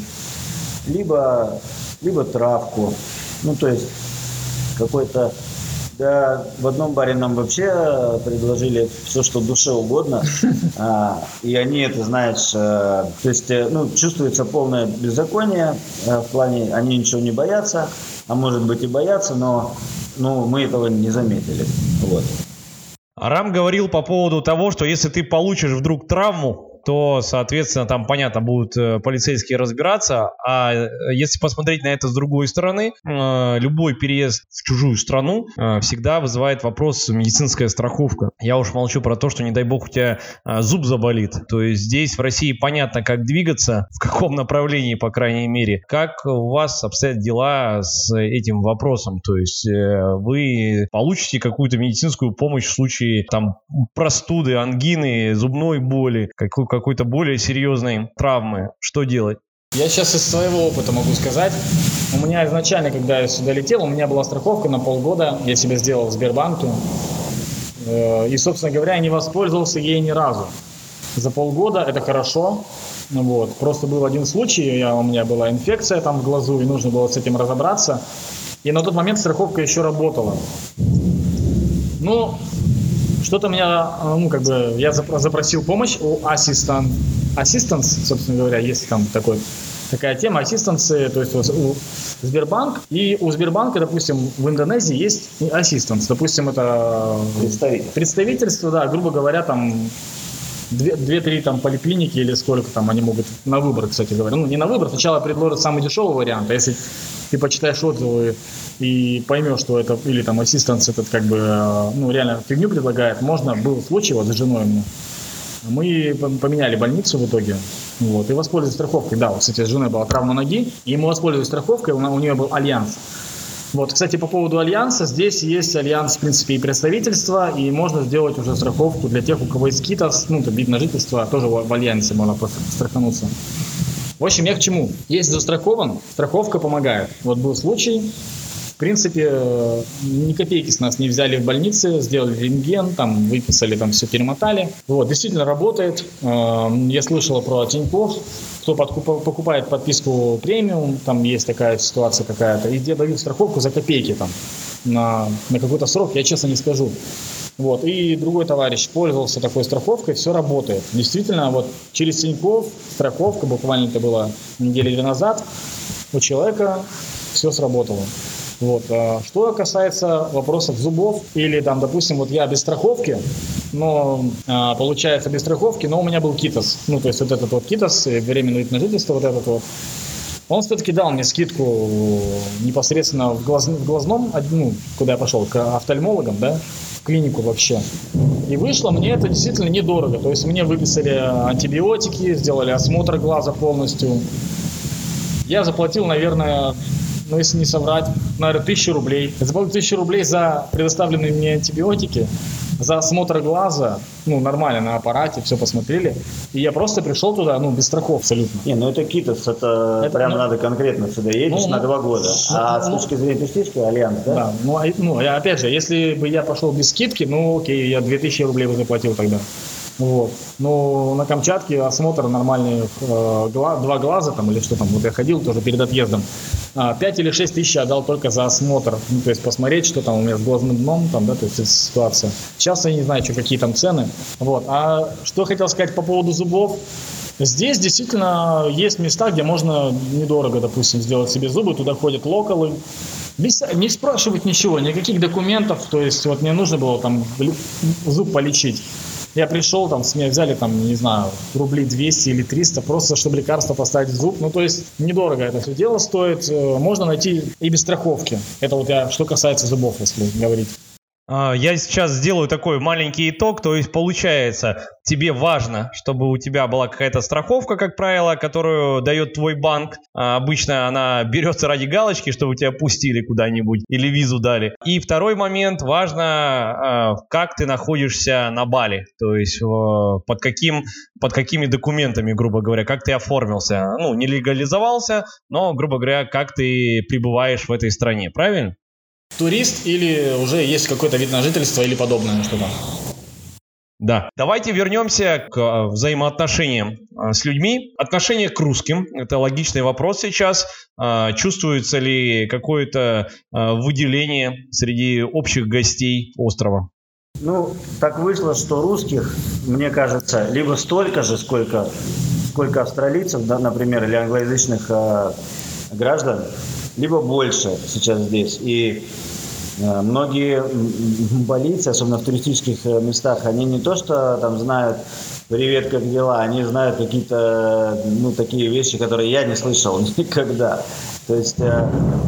либо, либо травку. Ну, то есть какой-то... Да, в одном баре нам вообще предложили все, что душе угодно. А, и они это, знаешь, а, то есть, ну, чувствуется полное беззаконие а, в плане, они ничего не боятся, а может быть и боятся, но ну, мы этого не заметили. Вот. Арам говорил по поводу того, что если ты получишь вдруг травму, то, соответственно, там, понятно, будут э, полицейские разбираться. А э, если посмотреть на это с другой стороны, э, любой переезд в чужую страну э, всегда вызывает вопрос медицинская страховка. Я уж молчу про то, что, не дай бог, у тебя э, зуб заболит. То есть здесь в России понятно, как двигаться, в каком направлении, по крайней мере. Как у вас обстоят дела с этим вопросом? То есть э, вы получите какую-то медицинскую помощь в случае там простуды, ангины, зубной боли, какой какой-то более серьезной травмы, что делать? Я сейчас из своего опыта могу сказать. У меня изначально, когда я сюда летел, у меня была страховка на полгода. Я себе сделал в Сбербанке. И, собственно говоря, я не воспользовался ей ни разу. За полгода это хорошо. Вот. Просто был один случай, я, у меня была инфекция там в глазу, и нужно было с этим разобраться. И на тот момент страховка еще работала. Ну, что-то меня, ну, как бы, я запросил помощь у Assistant. Assistance, собственно говоря, есть там такой, такая тема, ассистенции, то есть у Сбербанк, и у Сбербанка, допустим, в Индонезии есть Assistance, допустим, это Представитель. представительство, да, грубо говоря, там две-три там поликлиники или сколько там они могут на выбор, кстати говоря. Ну, не на выбор, сначала предложат самый дешевый вариант, а если ты почитаешь отзывы и поймешь, что это, или там ассистент этот как бы, ну, реально фигню предлагает, можно, был случай вот с женой у меня. Мы поменяли больницу в итоге, вот, и воспользовались страховкой. Да, вот, кстати, с женой была травма ноги, и мы воспользовались страховкой, у, у нее был Альянс. Вот, кстати, по поводу Альянса, здесь есть Альянс, в принципе, и представительство, и можно сделать уже страховку для тех, у кого есть КИТОС, ну, вид на жительство, тоже в, в Альянсе можно страхануться. В общем, я к чему? Если застрахован, страховка помогает. Вот был случай. В принципе, ни копейки с нас не взяли в больнице, сделали рентген, там, выписали, там, все перемотали. Вот, действительно работает. Я слышал про Тинькофф, кто покупает подписку премиум, там есть такая ситуация какая-то, и где дают страховку за копейки там, на, на какой-то срок, я честно не скажу. Вот, и другой товарищ пользовался такой страховкой, все работает. Действительно, вот через Тинькофф страховка, буквально это было недели две назад, у человека все сработало. Вот. Что касается вопросов зубов, или там, допустим, вот я без страховки, но получается без страховки, но у меня был КИТОС, ну, то есть вот этот вот КИТОС, временное вид на жительство, вот этот вот, он все-таки дал мне скидку непосредственно в, глаз, в глазном, ну, куда я пошел, к офтальмологам, да, в клинику вообще. И вышло мне это действительно недорого, то есть мне выписали антибиотики, сделали осмотр глаза полностью. Я заплатил, наверное, ну, если не соврать, наверное, тысячу рублей. Я заплатил тысячу рублей за предоставленные мне антибиотики, за осмотр глаза, ну, нормально, на аппарате, все посмотрели. И я просто пришел туда, ну, без страховки абсолютно. Не, ну это КИТОС, это, это прям ну, надо конкретно сюда едешь ну, на два года. Ну, а ну, с точки зрения престижки, Альянс, да? Да, ну, а, ну, я, опять же, если бы я пошел без скидки, ну, окей, я две тысячи рублей бы заплатил тогда. Вот. Но на Камчатке осмотр нормальный, э, гла, два глаза там или что там, вот я ходил тоже перед отъездом, а, пять или шесть тысяч я отдал только за осмотр, ну, то есть посмотреть, что там у меня с глазным дном, там, да, то есть ситуация. Сейчас я не знаю, что, какие там цены. Вот. А что хотел сказать по поводу зубов. Здесь действительно есть места, где можно недорого, допустим, сделать себе зубы, туда ходят локалы. Без, не спрашивать ничего, никаких документов, то есть вот мне нужно было там зуб полечить. Я пришел, там, с меня взяли, там, не знаю, рублей двести или триста, просто чтобы лекарство поставить в зуб. Ну, то есть, недорого это все дело стоит. Можно найти и без страховки. Это вот я, что касается зубов, если говорить. Я сейчас сделаю такой маленький итог, то есть получается, тебе важно, чтобы у тебя была какая-то страховка, как правило, которую дает твой банк. Обычно она берется ради галочки, чтобы тебя пустили куда-нибудь или визу дали. И второй момент, важно, как ты находишься на Бали, то есть под, каким, под какими документами, грубо говоря, как ты оформился. Ну, не легализовался, но, грубо говоря, как ты пребываешь в этой стране, правильно? Турист или уже есть какой-то вид на жительство или подобное что-то? Да. Давайте вернемся к взаимоотношениям с людьми. Отношение к русским. Это логичный вопрос сейчас. Чувствуется ли какое-то выделение среди общих гостей острова? Ну, так вышло, что русских, мне кажется, либо столько же, сколько, сколько австралийцев, да, например, или англоязычных э, граждан, либо больше сейчас здесь. И э, многие балийцы, особенно в туристических местах, они не то что там знают «привет, как дела», они знают какие-то, ну, такие вещи, которые я не слышал никогда. То есть э,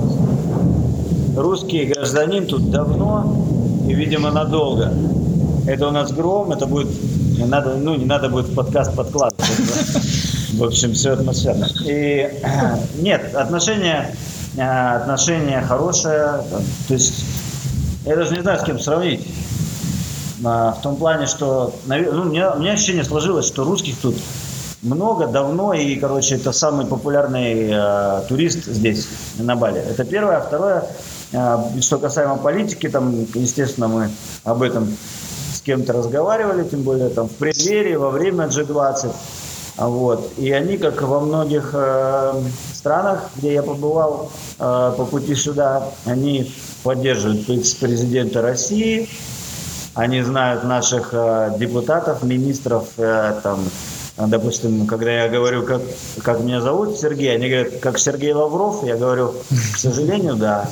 русский гражданин тут давно и, видимо, надолго. Это у нас Гром, это будет, не надо, ну, не надо будет в подкаст подкладывать. В общем, все атмосферно. И нет, отношения... Отношения хорошие, то есть я даже не знаю, с кем сравнить. В том плане, что ну, у, меня, у меня ощущение сложилось, что русских тут много, давно, и, короче, это самый популярный э, турист здесь, на Бали. Это первое. А второе, э, что касаемо политики, там, естественно, мы об этом с кем-то разговаривали, тем более там в преддверии, во время джи двадцать. Вот. И они, как во многих э, странах, где я побывал э, по пути сюда, они поддерживают президента России, они знают наших э, депутатов, министров, э, там, допустим, когда я говорю, как, как меня зовут, Сергей, они говорят, как Сергей Лавров, я говорю, к сожалению, да.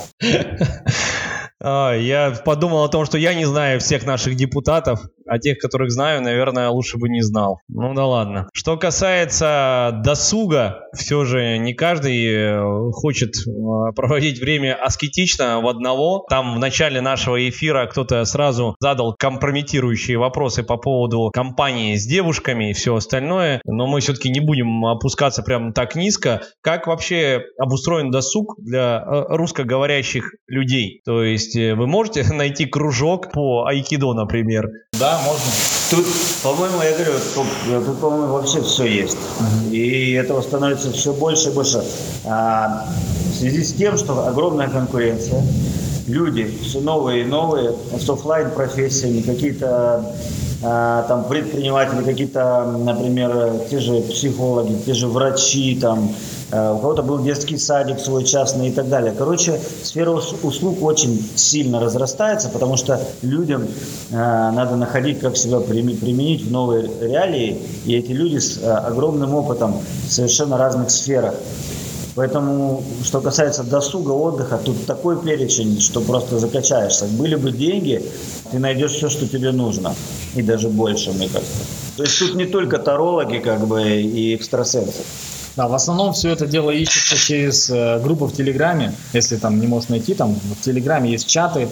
А, я подумал о том, что я не знаю всех наших депутатов, а тех, которых знаю, наверное, лучше бы не знал. Ну да ладно. Что касается досуга, все же не каждый хочет проводить время аскетично в одного. Там в начале нашего эфира кто-то сразу задал компрометирующие вопросы по поводу компании с девушками и все остальное, но мы все-таки не будем опускаться прямо так низко. Как вообще обустроен досуг для русскоговорящих людей? То есть вы можете найти кружок по айкидо, например? Да, можно. Тут, по-моему, я говорю, тут, тут по-моему, вообще все есть. Uh-huh. И этого становится все больше и больше. А, в связи с тем, что огромная конкуренция, люди все новые и новые, с офлайн профессиями, какие-то а, там предприниматели, какие-то, например, те же психологи, те же врачи, там, у кого-то был детский садик свой частный и так далее. Короче, сфера услуг очень сильно разрастается, потому что людям э, надо находить, как себя применить в новые реалии, и эти люди с э, огромным опытом в совершенно разных сферах. Поэтому, что касается досуга, отдыха, тут такой перечень, что просто закачаешься. Были бы деньги, ты найдешь все, что тебе нужно, и даже больше, мне кажется. То есть тут не только тарологи, как бы, и экстрасенсы. Да, в основном все это дело ищется через э, группу в Телеграме. Если там не можешь найти, там в Телеграме есть чаты,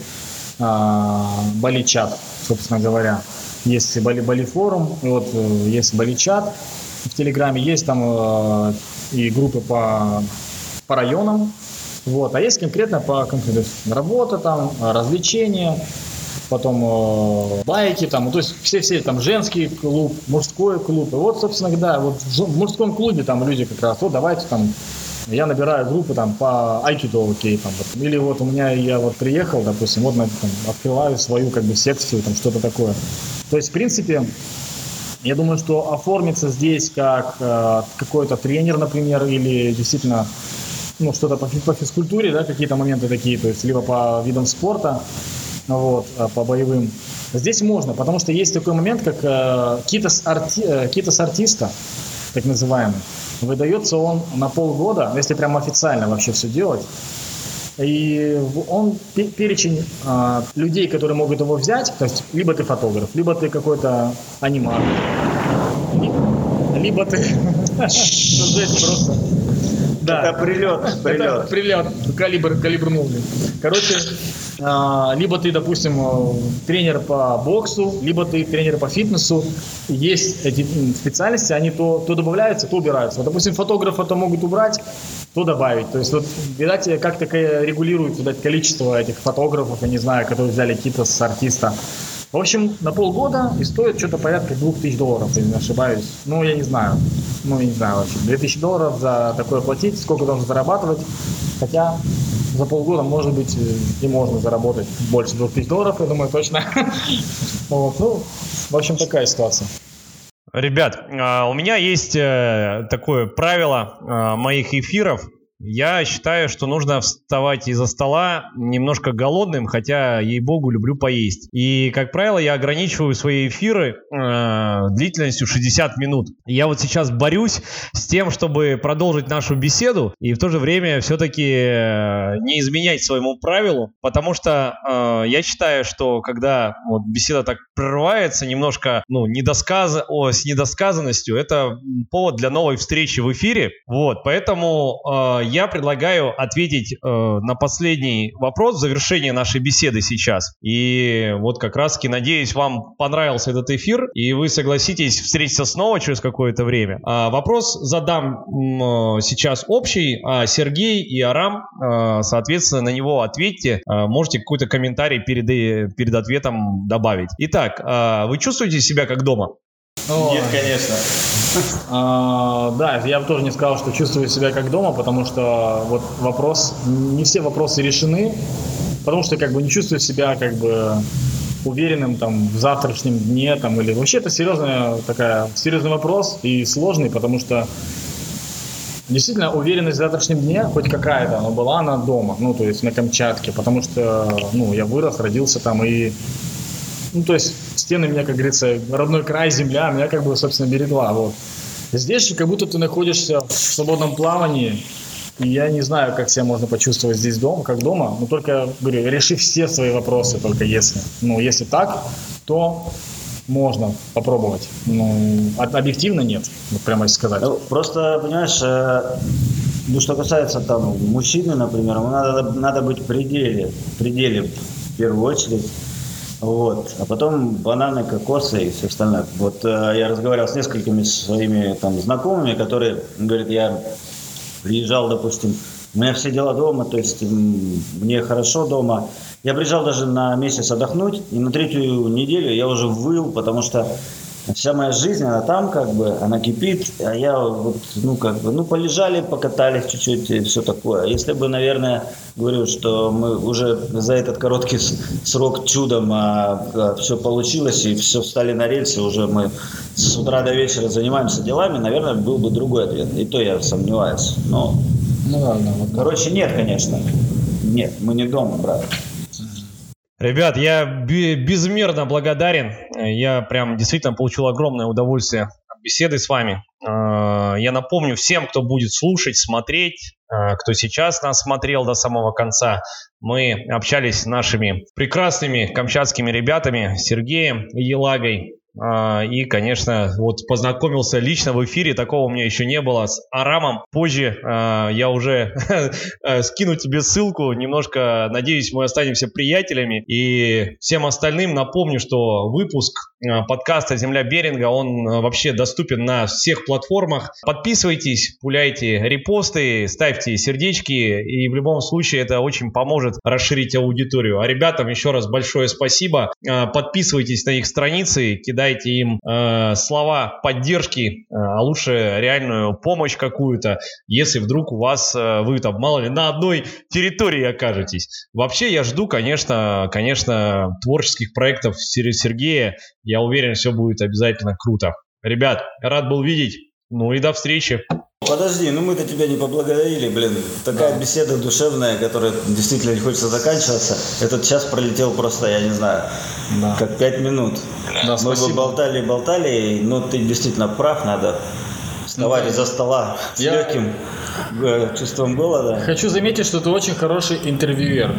э, Бали-чат, собственно говоря. Есть Бали, Бали-форум, и вот э, есть Бали-чат в Телеграме, есть там э, и группы по, по районам. Вот, а есть конкретно по конкретно работа, там, развлечения, потом э, байки, там, то есть все-все там женский клуб, мужской клуб. И вот, собственно, да, вот в мужском клубе там люди как раз, вот давайте там, я набираю группы там по айкидо, окей, там, вот, или вот у меня, я вот приехал, допустим, вот там, открываю свою как бы секцию, там, что-то такое. То есть, в принципе, я думаю, что оформиться здесь как э, какой-то тренер, например, или действительно, ну, что-то по, по физкультуре, да, какие-то моменты такие, то есть, либо по видам спорта, вот, по боевым. Здесь можно, потому что есть такой момент, как э, китос, арти, э, китос артиста, так называемый. Выдается он на полгода, если прям официально вообще все делать. И он перечень э, людей, которые могут его взять, то есть либо ты фотограф, либо ты какой-то аниматор, либо ты... Здесь просто... Да. Это прилет, прилет. Это прилет, калибр, калибрнул. Короче, а, либо ты, допустим, тренер по боксу, либо ты тренер по фитнесу. Есть эти специальности, они то, то добавляются, то убираются. Вот, допустим, фотографа то могут убрать, то добавить. То есть, вот, видать, как-то регулируют, видать, количество этих фотографов, я не знаю, которые взяли какие-то с артиста. В общем, на полгода и стоит что-то порядка двух тысяч долларов, если не ошибаюсь. Ну, я не знаю. Ну, я не знаю вообще. две тысячи долларов за такое платить, сколько должен зарабатывать. Хотя за полгода, может быть, и можно заработать больше двух тысяч долларов, я думаю, точно. Вот, ну, в общем, такая ситуация. Ребят, у меня есть такое правило моих эфиров. Я считаю, что нужно вставать из-за стола немножко голодным, хотя, ей-богу, люблю поесть. И, как правило, я ограничиваю свои эфиры э, длительностью шестьдесят минут. Я вот сейчас борюсь с тем, чтобы продолжить нашу беседу и в то же время все-таки э, не изменять своему правилу, потому что э, я считаю, что когда вот, беседа так прерывается немножко, ну, недосказ... О, с недосказанностью, это повод для новой встречи в эфире. Вот, поэтому... Э, Я предлагаю ответить э, на последний вопрос в завершении нашей беседы сейчас. И вот как раз-таки, надеюсь, вам понравился этот эфир, и вы согласитесь встретиться снова через какое-то время. А вопрос задам м, сейчас общий, а Сергей и Арам, э, соответственно, на него ответьте. Э, можете какой-то комментарий перед, перед ответом добавить. Итак, э, вы чувствуете себя как дома? Ну, Нет, конечно. А, да, я бы тоже не сказал, что чувствую себя как дома, потому что вот вопрос, не все вопросы решены, потому что как бы не чувствую себя как бы уверенным там в завтрашнем дне там или вообще это серьезная такая серьезный вопрос и сложный, потому что действительно уверенность в завтрашнем дне хоть какая-то, но была она дома, ну то есть на Камчатке, потому что ну я вырос, родился там и ну то есть стены меня, как говорится, родной край, земля, меня как бы собственно берегла, вот. Здесь же как будто ты находишься в свободном плавании. И я не знаю, как себя можно почувствовать здесь дома, как дома, но только, говорю, решив все свои вопросы, только если. Ну, если так, то можно попробовать. Ну, объективно нет, вот прямо сказать. Ну, просто, понимаешь, э, ну, что касается там мужчины, например, ему надо, надо быть в пределе, в пределе в первую очередь. Вот. А потом бананы, кокосы и все остальное. Вот э, я разговаривал с несколькими своими там знакомыми, которые говорят, я приезжал, допустим, у меня все дела дома, то есть мне хорошо дома. Я приезжал даже на месяц отдохнуть, и на третью неделю я уже выл, потому что вся моя жизнь, она там как бы, она кипит, а я вот, ну как бы, ну полежали, покатались чуть-чуть и все такое. Если бы, наверное, говорю, что мы уже за этот короткий срок чудом а, а, все получилось и все встали на рельсы, уже мы с утра до вечера занимаемся делами, наверное, был бы другой ответ. И то я сомневаюсь. Но, ну ладно, ладно. Короче, нет, конечно. Нет, мы не дома, брат. Ребят, я безмерно благодарен. Я прям действительно получил огромное удовольствие от беседы с вами. Я напомню всем, кто будет слушать, смотреть, кто сейчас нас смотрел до самого конца. Мы общались с нашими прекрасными камчатскими ребятами Сергеем и Елагой. И, конечно, вот познакомился лично в эфире, такого у меня еще не было, с Арамом. Позже я уже скину тебе ссылку, немножко, надеюсь, мы останемся приятелями. И всем остальным напомню, что выпуск подкаста «Земля Беринга», он вообще доступен на всех платформах. Подписывайтесь, пуляйте репосты, ставьте сердечки, и в любом случае это очень поможет расширить аудиторию. А ребятам еще раз большое спасибо. Подписывайтесь на их страницы, кидайте им э, слова поддержки, э, а лучше реальную помощь какую-то, если вдруг у вас, э, вы там, мало ли, на одной территории окажетесь. Вообще я жду, конечно, конечно, творческих проектов Сергея. Я уверен, все будет обязательно круто. Ребят, рад был видеть. Ну и до встречи. Подожди, ну мы-то тебя не поблагодарили, блин. Такая да. беседа душевная, которая действительно не хочется заканчиваться. Этот час пролетел просто, я не знаю, да. как пять минут. Да, мы спасибо. бы болтали, болтали, но ты действительно прав, надо вставать ну, из-за стола с я... легким э, чувством голода. Хочу заметить, что ты очень хороший интервьюер.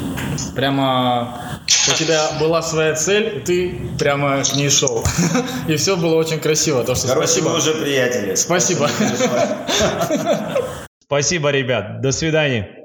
Прямо у тебя была своя цель, и ты прямо к ней шел. И все было очень красиво. То, что Короче, спасибо. мы уже приятели. Спасибо. Спасибо, ребят. До свидания.